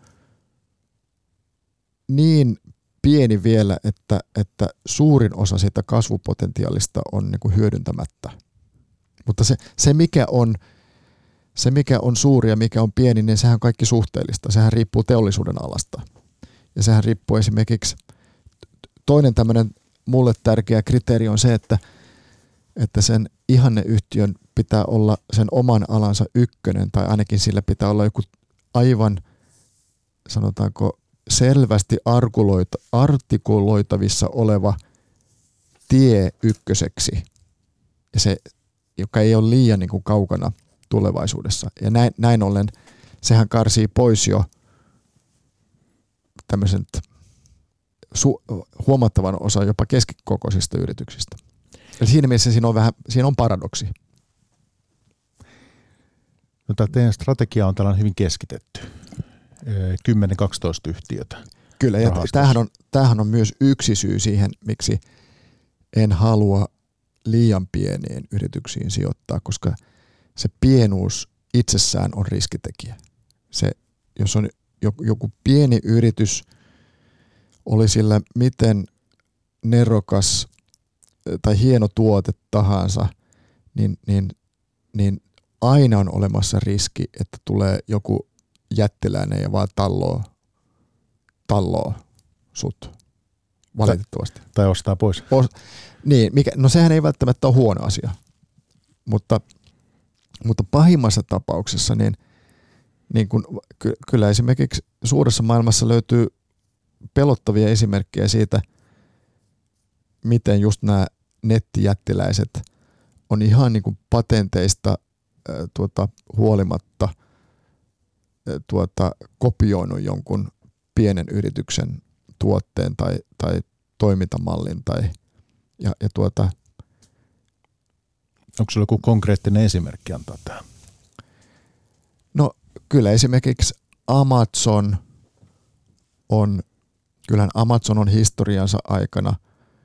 niin pieni vielä, että, että suurin osa siitä kasvupotentiaalista on niin kuin hyödyntämättä. Mutta se, se, mikä on, se, mikä on suuri ja mikä on pieni, niin sehän on kaikki suhteellista. Sehän riippuu teollisuuden alasta. Ja sehän riippuu esimerkiksi, toinen tämmöinen mulle tärkeä kriteeri on se, että, että sen ihanneyhtiön pitää olla sen oman alansa ykkönen, tai ainakin sillä pitää olla joku aivan, sanotaanko, selvästi artikuloitavissa oleva tie ykköseksi, ja se, joka ei ole liian niin kuin kaukana tulevaisuudessa. Ja näin, näin ollen sehän karsii pois jo tämmöiset su- huomattavan osa jopa keskikokoisista yrityksistä. Eli siinä mielessä siinä on, vähän, siinä on paradoksi. No, tämä teidän strategia on tällainen hyvin keskitetty. kymmenen kaksitoista yhtiötä. Kyllä, ja tämähän on, tämähän on myös yksi syy siihen, miksi en halua liian pieniin yrityksiin sijoittaa, koska se pienuus itsessään on riskitekijä. Se, jos on joku, joku pieni yritys, oli sillä miten nerokas tai hieno tuote tahansa, niin, niin, niin aina on olemassa riski, että tulee joku jättiläinen ja vaan talloo, talloo sut, valitettavasti. Tai, tai ostaa pois. Os, niin, mikä, no sehän ei välttämättä ole huono asia, mutta, mutta pahimmassa tapauksessa niin, niin kun, ky, kyllä esimerkiksi suuressa maailmassa löytyy pelottavia esimerkkejä siitä, miten just nämä nettijättiläiset on ihan niin kuin patenteista äh, tuota, huolimatta äh, tuota, kopioinut jonkun pienen yrityksen tuotteen tai, tai toimintamallin. Tai, ja, ja tuota, onko sinulla joku konkreettinen esimerkki antaa tähän? No kyllä esimerkiksi Amazon on, kyllähän Amazon on historiansa aikana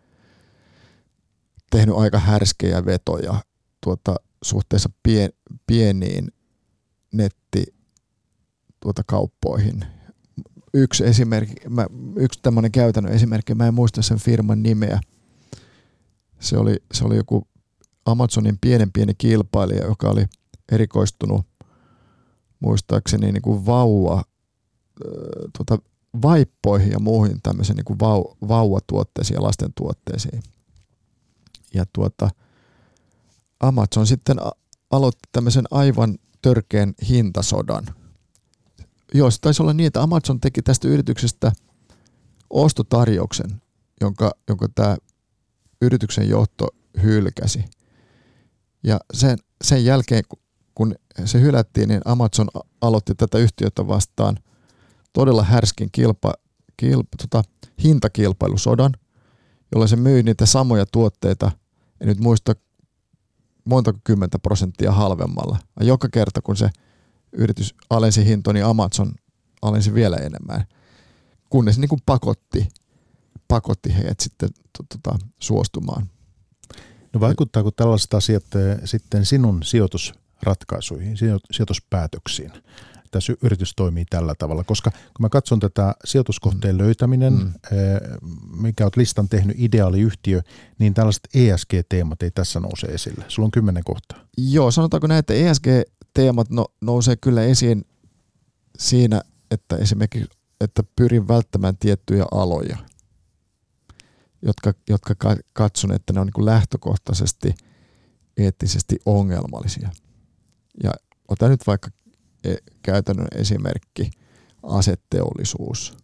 tehnyt aika härskejä vetoja tuota, suhteessa pien, pieniin netti tuota, kauppoihin. Yksi esimerkki, mä, yksi tämmöinen käytännön esimerkki, mä en muista sen firman nimeä. Se oli, se oli joku Amazonin pienen pieni kilpailija, joka oli erikoistunut muistaakseni niin kuin vauva, tuota, vaippoihin ja muihin tämmöisiin niin kuin vau, vauvatuotteisiin ja lasten tuotteisiin. Ja tuota, Amazon sitten aloitti tämmöisen aivan törkeän hintasodan. Joo, se taisi olla niin, että Amazon teki tästä yrityksestä ostotarjouksen, jonka, jonka tämä yrityksen johto hylkäsi. Ja sen, sen jälkeen, kun se hylättiin, niin Amazon aloitti tätä yhtiötä vastaan todella härskin kilpa, kilpa, tota, hintakilpailusodan, jolla se myi niitä samoja tuotteita, en nyt muista montako kymmentä prosenttia halvemmalla. Ja joka kerta, kun se yritys alensi hintoa, niin Amazon alensi vielä enemmän, kunnes se niin kuin pakotti, pakotti heidät sitten tota, suostumaan. No vaikuttaako tällaiset asiat sitten sinun sijoitusratkaisuihin, sijoituspäätöksiin? Tässä yritys toimii tällä tavalla, koska kun mä katson tätä sijoituskohteen mm. löytäminen, mm. mikä olet listan tehnyt ideaaliyhtiö, niin tällaiset E S G-teemat ei tässä nouse esille. Sulla on kymmenen kohtaa. Joo, sanotaanko näin, että E S G-teemat no, nousee kyllä esiin siinä, että esimerkiksi että pyrin välttämään tiettyjä aloja, jotka, jotka katson, että ne on niin kuin lähtökohtaisesti eettisesti ongelmallisia. Ja otan nyt vaikka käytännön esimerkki, aseteollisuus.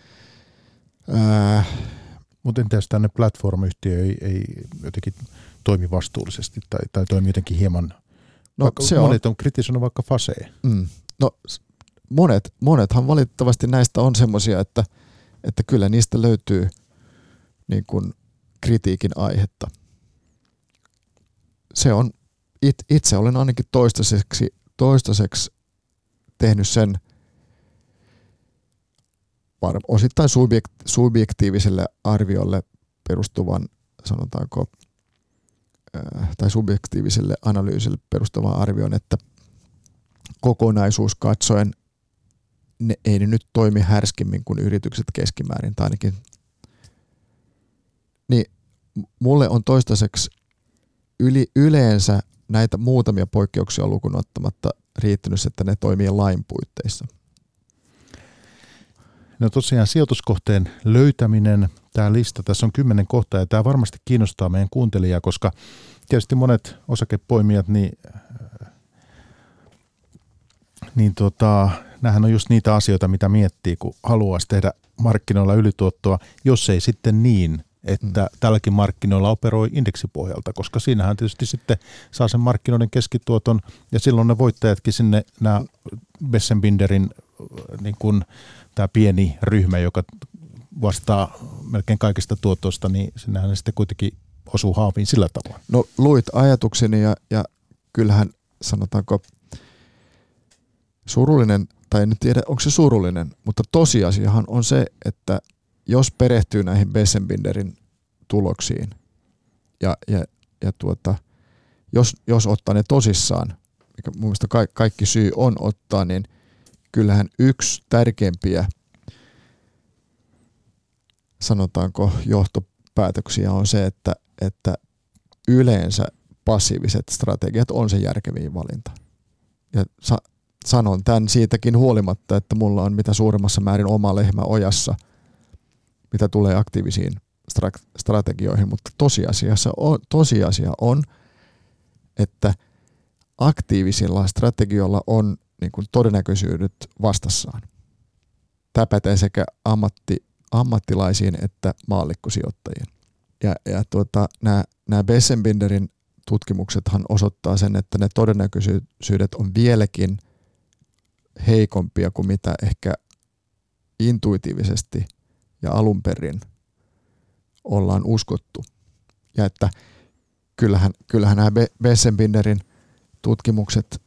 Ää... Mutta entäs tänne platform-yhtiö ei, ei jotenkin toimi vastuullisesti tai, tai toimi jotenkin hieman, no, vaikka se monet on, on kritisoinut vaikka Fasee. Mm. No monet, monethan valitettavasti näistä on semmoisia, että, että kyllä niistä löytyy niin kuin kritiikin aihetta. Se on, it, itse olen ainakin toistaiseksi, toistaiseksi tehnyt sen osittain subjekt, subjektiiviselle arviolle perustuvan, sanotaanko, äh, tai subjektiiviselle analyysille perustuvan arvion, että kokonaisuus katsoen ne ei ne nyt toimi härskimmin kuin yritykset keskimäärin, tai ainakin. Niin mulle on toistaiseksi yli, yleensä näitä muutamia poikkeuksia lukuun ottamatta riittänyt, että ne toimii lain puitteissa. No tosiaan sijoituskohteen löytäminen, tämä lista, tässä on kymmenen kohtaa ja tämä varmasti kiinnostaa meidän kuuntelijaa, koska tietysti monet osakepoimijat, niin, niin tota, nämähän on just niitä asioita, mitä miettii, kun haluaisi tehdä markkinoilla ylituottoa, jos ei sitten niin, että hmm. tälläkin markkinoilla operoi indeksipohjalta, koska siinähän tietysti sitten saa sen markkinoiden keskituoton ja silloin ne voittajatkin sinne, nämä Bessenbinderin niin kuin tämä pieni ryhmä, joka vastaa melkein kaikista tuotoista, niin sinnehän ne sitten kuitenkin osuu haaviin sillä tavalla. No luit ajatukseni ja, ja kyllähän sanotaanko surullinen, tai en tiedä onko se surullinen, mutta tosiasiahan on se, että jos perehtyy näihin Bessenbinderin tuloksiin ja, ja, ja tuota, jos, jos ottaa ne tosissaan, mikä mun mielestä ka- kaikki syy on ottaa, niin kyllähän yksi tärkeimpiä, sanotaanko johtopäätöksiä on se, että, että yleensä passiiviset strategiat on se järkevin valinta. Ja sa- sanon tämän siitäkin huolimatta, että mulla on mitä suurimmassa määrin oma lehmä ojassa, mitä tulee aktiivisiin strategioihin, mutta tosiasiassa on, tosiasia on, että aktiivisilla strategioilla on niin kuin todennäköisyydet vastassaan. Tämä pätee sekä ammatti, ammattilaisiin että maallikkosijoittajiin. Ja, ja tuota, nämä, nämä Bessenbinderin tutkimuksethan osoittaa sen, että ne todennäköisyydet on vieläkin heikompia kuin mitä ehkä intuitiivisesti ja alun perin ollaan uskottu. Ja että kyllähän, kyllähän nämä Bessenbinderin tutkimukset,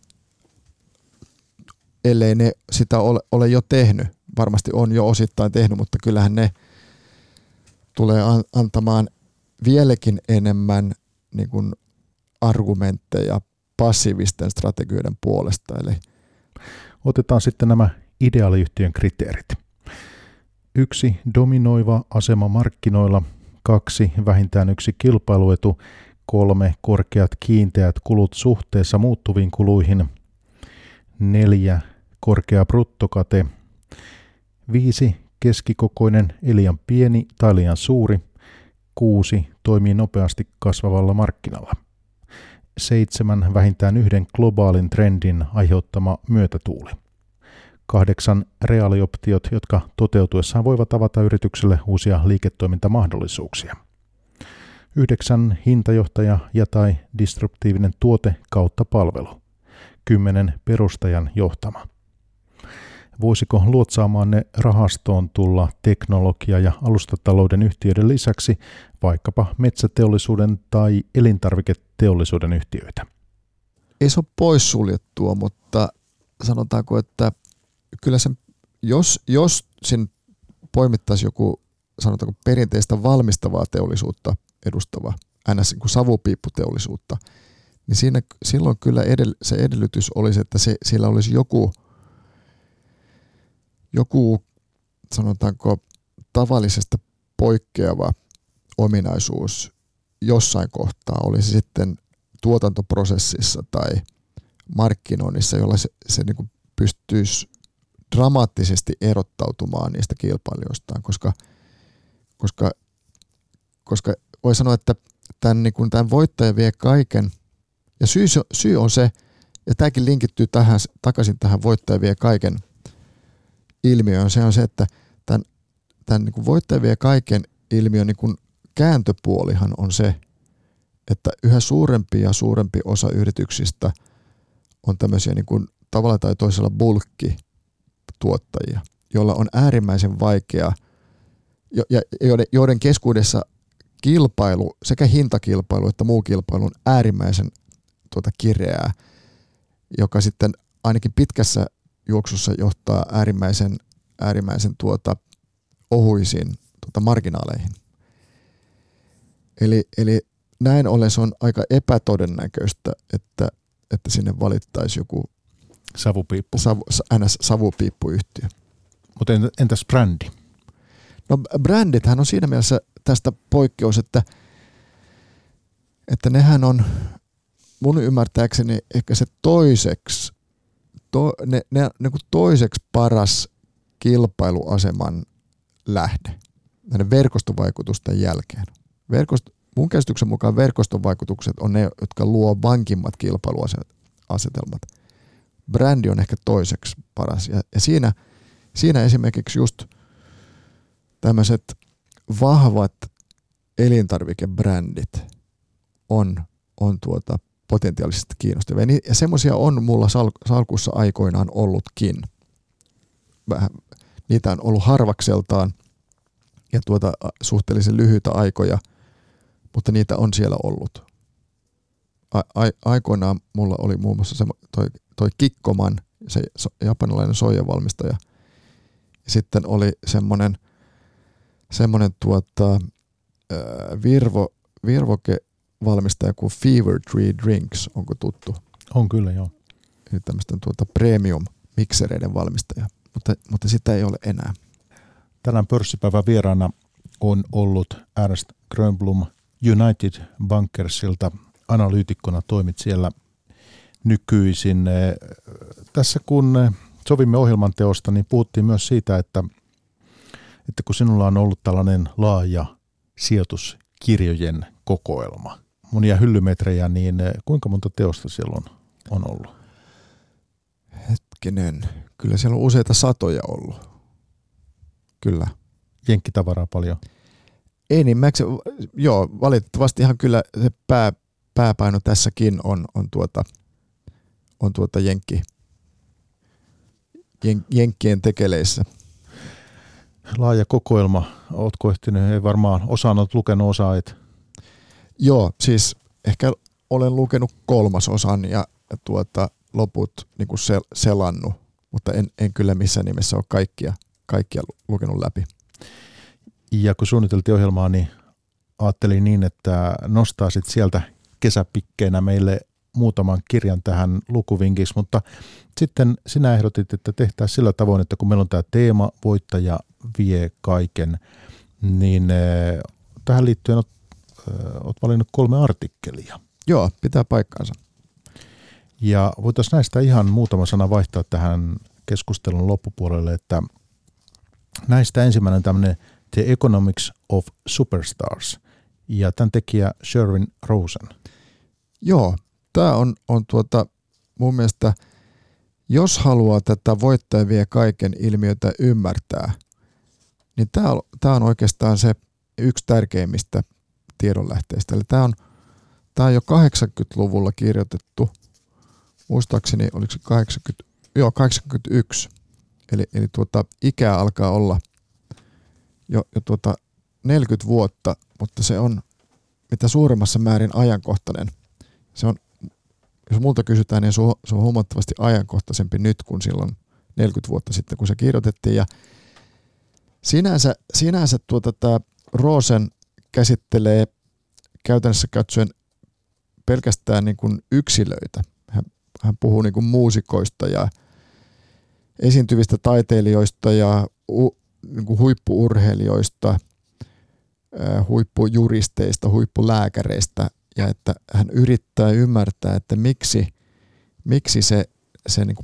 ellei ne sitä ole, ole jo tehnyt, varmasti on jo osittain tehnyt, mutta kyllähän ne tulee antamaan vieläkin enemmän niin kuin argumentteja passiivisten strategioiden puolesta. Eli otetaan sitten nämä ideaaliyhtiön kriteerit. Yksi, dominoiva asema markkinoilla. Kaksi, vähintään yksi kilpailuetu. Kolme, korkeat kiinteät kulut suhteessa muuttuviin kuluihin. Neljä, korkea bruttokate. Viisi, keskikokoinen, ei liian pieni tai liian suuri. Kuusi, toimii nopeasti kasvavalla markkinalla. Seitsemän, vähintään yhden globaalin trendin aiheuttama myötätuuli. Kahdeksan, reaalioptiot, jotka toteutuessaan voivat avata yritykselle uusia liiketoimintamahdollisuuksia. Yhdeksän, hintajohtaja ja tai disruptiivinen tuote kautta palvelu. Kymmenen, perustajan johtama. Voisiko luotsaamaanne rahastoon tulla teknologia- ja alustatalouden yhtiöiden lisäksi vaikkapa metsäteollisuuden tai elintarviketeollisuuden yhtiöitä? Ei se ole poissuljettua, mutta sanotaanko, että kyllä sen, jos, jos sen poimittaisi joku sanotaanko perinteistä valmistavaa teollisuutta edustava, ns. Niin savupiipputeollisuutta, niin siinä, silloin kyllä edell, se edellytys olisi, että se, sillä olisi joku joku, sanotaanko, tavallisesta poikkeava ominaisuus jossain kohtaa, olisi sitten tuotantoprosessissa tai markkinoinnissa, jolla se, se niin kuin pystyisi dramaattisesti erottautumaan niistä kilpailijoistaan, koska, koska, koska voi sanoa, että tämän, niin kuin tämän voittaja vie kaiken, ja syy, syy on se, ja tämäkin linkittyy tähän, takaisin tähän voittaja vie kaiken ilmiöön, se on se, että tämän, tämän niin kuin voittaja vie kaiken ilmiön niin kuin kääntöpuolihan on se, että yhä suurempi ja suurempi osa yrityksistä on tämmöisiä niin kuin tavalla tai toisella bulkkituottajia, joilla on äärimmäisen vaikea, ja joiden, joiden keskuudessa kilpailu, sekä hintakilpailu että muu kilpailu on äärimmäisen tuota, kireää, joka sitten ainakin pitkässä juoksussa johtaa äärimmäisen, äärimmäisen tuota, ohuisiin tuota, marginaaleihin. Eli, eli näin ollen se on aika epätodennäköistä, että, että sinne valittaisi joku savupiippu. Savu, ns. Savupiippuyhtiö. Mutta entäs brändi? No brändithän on siinä mielessä tästä poikkeus, että, että nehän on mun ymmärtääkseni ehkä se toiseksi, to, ne, ne, ne toiseksi paras kilpailuaseman lähde näiden verkostovaikutusten jälkeen. Verkost, mun käsityksen mukaan verkoston vaikutukset on ne, jotka luo vankimmat kilpailuasetelmat. Brändi on ehkä toiseksi paras. Ja, ja siinä, siinä esimerkiksi just tämmöiset vahvat elintarvikebrändit on, on tuota potentiaalisesti kiinnostavia. Ja semmoisia on mulla sal- salkussa aikoinaan ollutkin. Vähän, niitä on ollut harvakseltaan ja tuota suhteellisen lyhyitä aikoja, mutta niitä on siellä ollut. A- a- aikoinaan mulla oli muun muassa se, toi, toi Kikkoman, se so, japanilainen soijavalmistaja. Sitten oli semmoinen semmoinen tuota, äh, virvo, virvokevalmistaja kuin Fever Tree Drinks, onko tuttu? On kyllä, joo. Eli tämmöisten tuota premium-miksereiden valmistaja, mutta, mutta sitä ei ole enää. Tänään pörssipäivän vieraana on ollut Ernst Grönblom United Bankersilta. Analyytikkona toimit siellä nykyisin. tässä kun sovimme ohjelman teosta, niin puhuttiin myös siitä, että, että kun sinulla on ollut tällainen laaja sijoituskirjojen kokoelma, monia hyllymetrejä, niin kuinka monta teosta siellä on, on ollut? Hetkinen, kyllä siellä on useita satoja ollut. Kyllä. Jenkkitavaraa paljon? Enimmäkseen, joo, valitettavasti ihan kyllä se pää, pääpaino tässäkin on, on, tuota, on tuota jenkki, jen, jenkkien tekeleissä. Laaja kokoelma. Ootko ehtinyt? Ei varmaan osannut lukenut osaa, et. Joo, siis ehkä olen lukenut kolmasosan ja tuota, loput niin kuin sel, selannut, mutta en, en kyllä missään nimessä ole kaikkia, kaikkia lukenut läpi. Ja kun suunniteltiin ohjelmaa, niin ajattelin niin, että nostaisit sieltä kesäpikkeinä meille muutaman kirjan tähän lukuvinkiksi, mutta sitten sinä ehdotit, että tehtäisiin sillä tavoin, että kun meillä on tämä teema, voittaja vie kaiken, niin tähän liittyen olet, olet valinnut kolme artikkelia. Joo, pitää paikkaansa. Ja voitaisiin näistä ihan muutama sana vaihtaa tähän keskustelun loppupuolelle, että näistä ensimmäinen on tämmöinen The Economics of Superstars ja tämän tekijä Sherwin Rosen. Joo, tämä on, on tuota, mun mielestä, jos haluaa tätä voittaja vie kaiken ilmiötä ymmärtää, niin tämä on, tämä on oikeastaan se yksi tärkeimmistä tiedonlähteistä. Eli tämä on, tämä on jo kahdeksankymmentäluvulla kirjoitettu, muistaakseni oliko se kahdeksankymmentä, joo, kahdeksankymmentäyksi, eli, eli tuota, ikää alkaa olla jo, jo tuota neljäkymmentä vuotta, mutta se on mitä suurimmassa määrin ajankohtainen. Se on, jos multa kysytään, niin se on, se on huomattavasti ajankohtaisempi nyt kuin silloin neljäkymmentä vuotta sitten, kun se kirjoitettiin. Ja sinänsä, sinänsä tuota, tämä Rosen käsittelee käytännössä katsoen pelkästään niin kuin yksilöitä. Hän, hän puhuu niin kuin muusikoista ja esiintyvistä taiteilijoista ja u, niin kuin huippu-urheilijoista, huippujuristeista, huippulääkäreistä, ja että hän yrittää ymmärtää, että miksi, miksi se, se niin kuin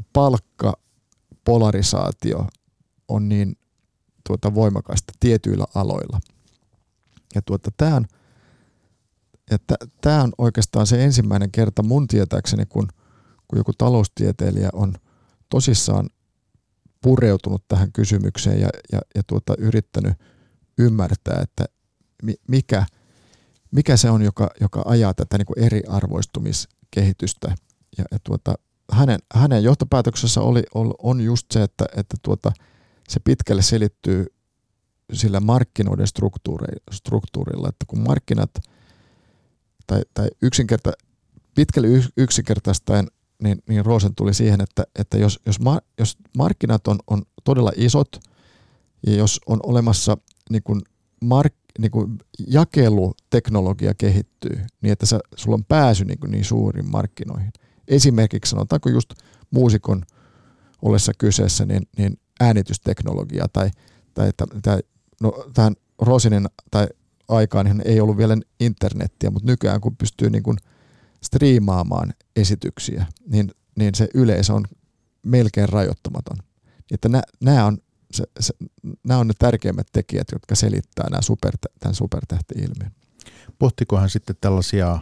palkkapolarisaatio on niin tuota, voimakasta tietyillä aloilla. Ja tuota, tämä on, että tämä on oikeastaan se ensimmäinen kerta mun tietääkseni, kun, kun joku taloustieteilijä on tosissaan pureutunut tähän kysymykseen ja, ja, ja tuota, yrittänyt ymmärtää, että mikä, mikä se on, joka, joka ajaa tätä niin kuin eriarvoistumiskehitystä. Ja, ja tuota, hänen, hänen johtopäätöksessä oli, on just se, että, että tuota, se pitkälle selittyy sillä markkinoiden struktuurilla, että kun markkinat tai, tai yksinkerta, pitkälle yksinkertaistaen, niin, niin Rosen tuli siihen, että, että jos, jos, ma, jos markkinat on, on todella isot ja jos on olemassa niin kuin mark, niin kuin jakeluteknologia kehittyy, niin että sä, sulla on pääsy niin, kuin niin suuriin markkinoihin. Esimerkiksi sanotaanko just muusikon ollessa kyseessä, niin, niin äänitysteknologia tai, tai, tai no, tähän Rosinin tai aikaan niin ei ollut vielä internettiä, mutta nykyään kun pystyy niin kuin striimaamaan esityksiä, niin, niin se yleisö on melkein rajoittamaton. Että nämä on, se, se, nämä on ne tärkeimmät tekijät, jotka selittää nämä super, tämän supertähti-ilmiön. Pohtiko hän sitten tällaisia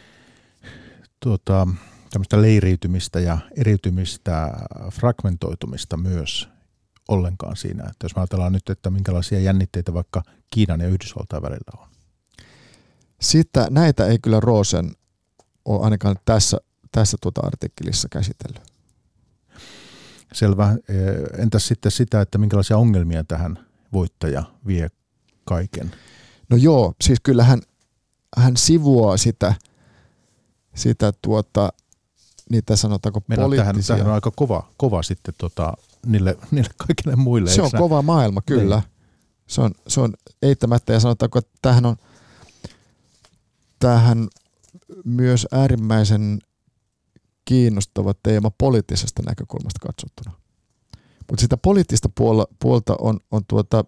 tuota, tämmöistä leiriytymistä ja eriytymistä, fragmentoitumista myös ollenkaan siinä? Että jos me ajatellaan nyt, että minkälaisia jännitteitä vaikka Kiinan ja Yhdysvaltain välillä on. Sitä, näitä ei kyllä Rosen ole ainakaan tässä, tässä tuota artikkelissa käsitellyt. Selvä. Entäs sitten sitä, että minkälaisia ongelmia tähän voittaja vie kaiken? No joo, siis kyllä hän, hän sivuaa sitä, sitä tuota, niitä sanotaanko Meidän poliittisia. Tähän, tähän on aika kova, kova sitten tota, niille, niille kaikille muille. Se on nä? kova maailma, kyllä. Niin. Se on, se on eittämättä, ja sanotaanko, että tämähän on tämähän myös äärimmäisen kiinnostava teema poliittisesta näkökulmasta katsottuna. Mutta sitä poliittista puolta, puolta on, on tuota,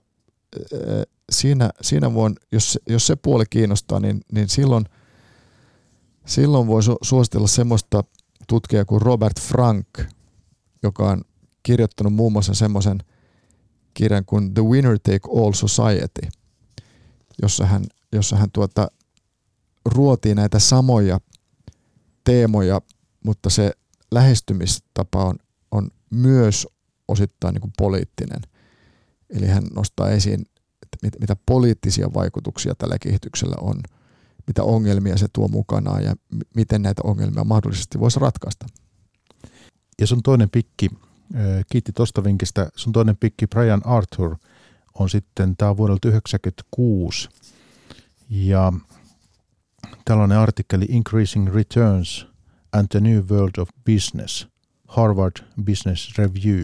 siinä, siinä voin, jos, jos se puoli kiinnostaa, niin, niin silloin, silloin voi su- suositella semmoista tutkijaa kuin Robert Frank, joka on kirjoittanut muun muassa semmoisen kirjan kuin The Winner Take All Society, jossa hän, jossa hän tuota, ruotii näitä samoja teemoja, mutta se lähestymistapa on, on myös osittain niin kuin poliittinen. Eli hän nostaa esiin, että mit, mitä poliittisia vaikutuksia tällä kehityksellä on, mitä ongelmia se tuo mukanaan ja m- miten näitä ongelmia mahdollisesti voisi ratkaista. Ja sun toinen pikki, kiitti tosta vinkistä, sun toinen pikki Brian Arthur on sitten, tää on vuodelta yhdeksänkymmentäkuusi ja tällainen artikkeli Increasing Returns and the New World of Business, Harvard Business Review,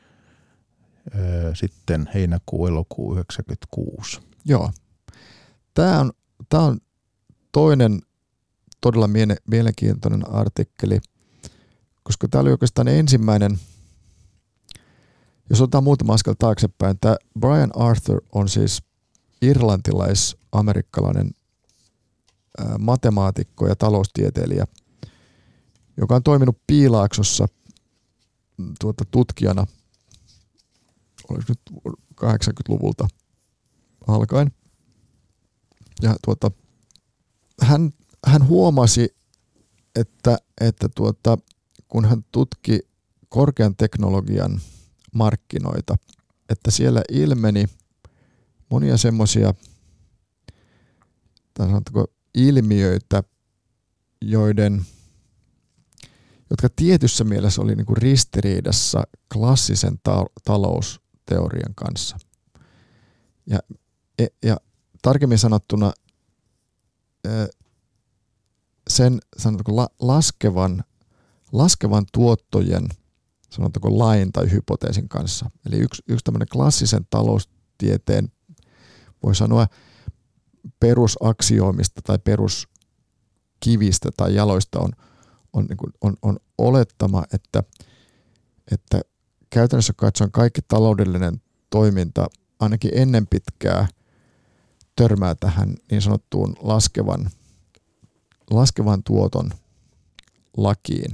sitten heinäkuu, elokuu yhdeksänkymmentäkuusi. Joo. Tämä on, tämä on toinen todella miele, mielenkiintoinen artikkeli, koska tämä oli oikeastaan ensimmäinen, jos otetaan muutama askel taaksepäin, tämä Brian Arthur on siis irlantilais-amerikkalainen ää, matemaatikko ja taloustieteilijä, joka on toiminut Piilaaksossa tuota, tutkijana, oliko nyt kahdeksankymmentäluvulta alkaen. Ja tuota, hän, hän huomasi, että, että tuota, kun hän tutki korkean teknologian markkinoita, että siellä ilmeni monia semmoisia ilmiöitä, joiden, jotka tietyssä mielessä oli niinku ristiriidassa klassisen ta- talousteorian kanssa. Ja, ja tarkemmin sanottuna sen sanotaanko laskevan, laskevan tuottojen sanotaanko lain tai hypoteesin kanssa. Eli yksi, yksi tämmöinen klassisen taloustieteen, voi sanoa perusaksioimista tai peruskivistä tai jaloista on, on, niin kuin, on, on olettama, että, että käytännössä katsoen kaikki taloudellinen toiminta ainakin ennen pitkää törmää tähän niin sanottuun laskevan, laskevan tuoton lakiin.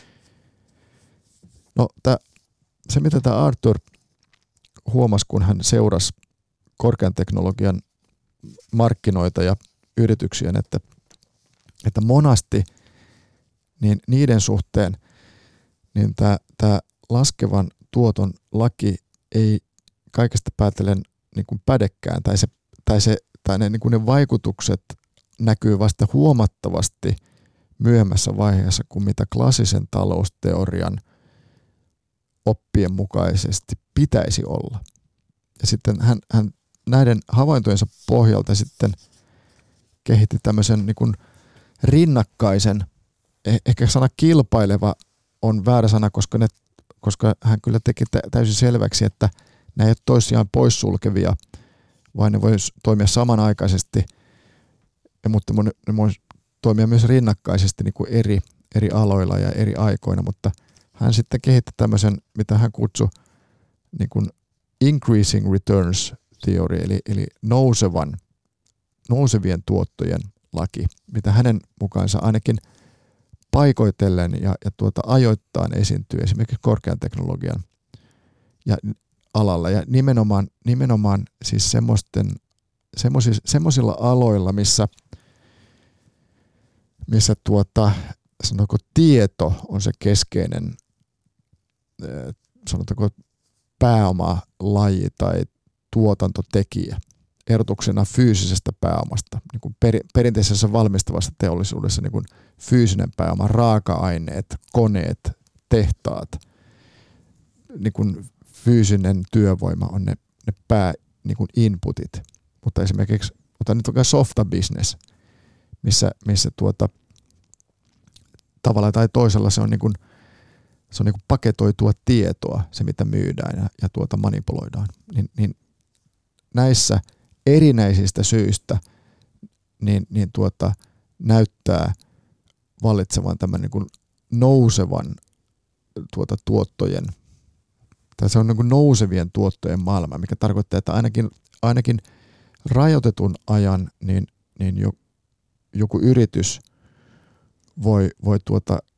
No, tää, se mitä tämä Arthur huomasi, kun hän seurasi korkean teknologian markkinoita ja yrityksiä, että, että monasti niin niiden suhteen niin tämä laskevan tuoton laki ei kaikesta päätellen niin kuin pädekään, tai, se, tai, se, tai ne, niin kuin ne vaikutukset näkyy vasta huomattavasti myöhemmässä vaiheessa kuin mitä klassisen talousteorian oppien mukaisesti pitäisi olla. Ja sitten hän, hän näiden havaintojensa pohjalta sitten kehitti tämmöisen niin kuin rinnakkaisen, ehkä sana kilpaileva on väärä sana, koska, ne, koska hän kyllä teki täysin selväksi, että nämä ei ole toisiaan poissulkevia, vaan ne voisi toimia samanaikaisesti, mutta ne voisi toimia myös rinnakkaisesti niin kuin eri, eri aloilla ja eri aikoina, mutta hän sitten kehitti tämmöisen, mitä hän kutsui niin kuin increasing returns theory, eli, eli nousevan, nousevien tuottojen laki, mitä hänen mukaansa ainakin paikoitellen ja, ja tuota ajoittain esiintyy esimerkiksi korkean teknologian ja alalla ja nimenomaan, nimenomaan siis semmoisten, semmoisilla aloilla, missä, missä tuota, sanotaanko tieto on se keskeinen sanotaanko pääomalaji tai tuotantotekijä erotuksena fyysisestä pääomasta. Niin kuin per, perinteisessä valmistavassa teollisuudessa niin kuin fyysinen pääoma, raaka-aineet, koneet, tehtaat, niin kuin fyysinen työvoima on ne, ne pää niin kuin inputit. Mutta esimerkiksi, otan nyt vaikka softa business, missä, missä tuota, tavalla tai toisella se on, niin kuin, se on niin kuin paketoitua tietoa, se mitä myydään ja, ja tuota manipuloidaan. Niin, niin näissä erinäisistä syistä niin, niin tuota, näyttää vallitsevan tämän niin kuin nousevan tuota, tuottojen, tai se on niin kuin nousevien tuottojen maailma, mikä tarkoittaa, että ainakin, ainakin rajoitetun ajan niin, niin jo, joku yritys voi, voi tuota,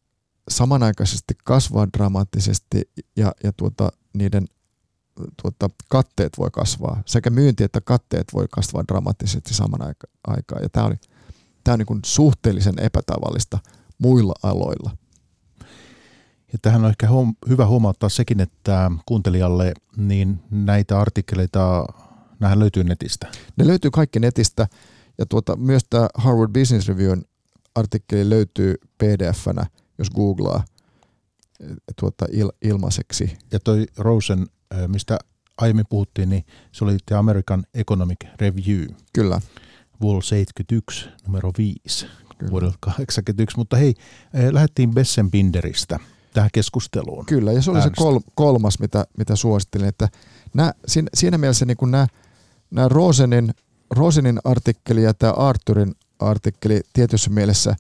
samanaikaisesti kasvaa dramaattisesti ja, ja tuota, niiden tuota, katteet voi kasvaa. Sekä myynti että katteet voi kasvaa dramaattisesti saman aikaan. Ja tämä on, tämä on niin kuin suhteellisen epätavallista muilla aloilla. Ja tähän on ehkä huom- hyvä huomauttaa sekin, että kuuntelijalle niin näitä artikkeleita, nämähän löytyy netistä. Ne löytyy kaikki netistä ja tuota, myös tämä Harvard Business Reviewn artikkeli löytyy P D F-nä, jos googlaa tuota, il- ilmaiseksi. Ja toi Rosen, mistä aiemmin puhuttiin, niin se oli The American Economic Review. Kyllä. Vol seitsemänkymmentäyksi, numero viisi, Kyllä. vuodelta kahdeksankymmentäyksi. Mutta hei, lähdettiin Bessenbinderistä tähän keskusteluun. Kyllä, ja se oli äänestä. se kol- kolmas, mitä, mitä suosittelin. Että nää, siinä, siinä mielessä niin nämä, nämä Rosenin, Rosenin artikkeli ja tämä Arthurin artikkeli tietyssä mielessä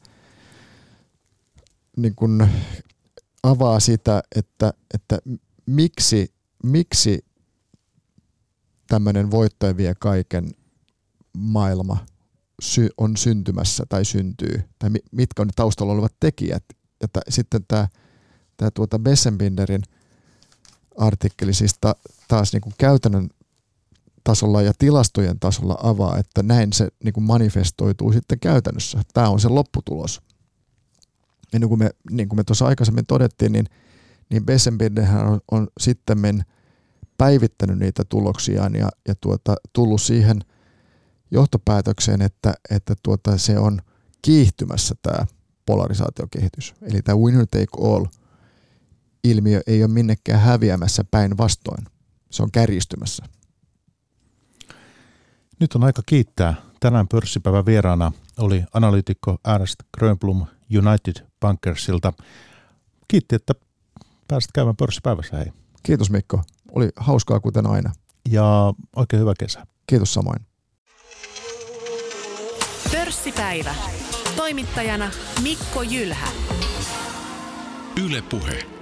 niin kuin avaa sitä, että, että miksi, miksi tämmöinen voittaja vie kaiken maailma sy- on syntymässä tai syntyy, tai mitkä on ne taustalla olevat tekijät. Ja t- sitten tämä tää tuota Bessenbinderin artikkeli siis ta- taas niin kuin käytännön tasolla ja tilastojen tasolla avaa, että näin se niin kuin manifestoituu sitten käytännössä. Tämä on se lopputulos. Ja niin kuin me, niin kuin me tuossa aikaisemmin todettiin, niin, niin Bessenbinderhän on, on sitten päivittänyt niitä tuloksiaan ja, ja tuota, tullut siihen johtopäätökseen, että, että tuota, se on kiihtymässä tämä polarisaatiokehitys. Eli tämä winner take all -ilmiö ei ole minnekään häviämässä, päinvastoin. Se on kärjistymässä. Nyt on aika kiittää. Tänään pörssipäivän vieraana oli analyytikko Ernst Grönblom United Bankersilta. Kiitti, että pääsit käymään pörssipäivässä. Hei. Kiitos Mikko. Oli hauskaa kuten aina. Ja oikein hyvä kesä. Kiitos samoin. Pörssipäivä. Toimittajana Mikko Jylhä. Yle Puhe.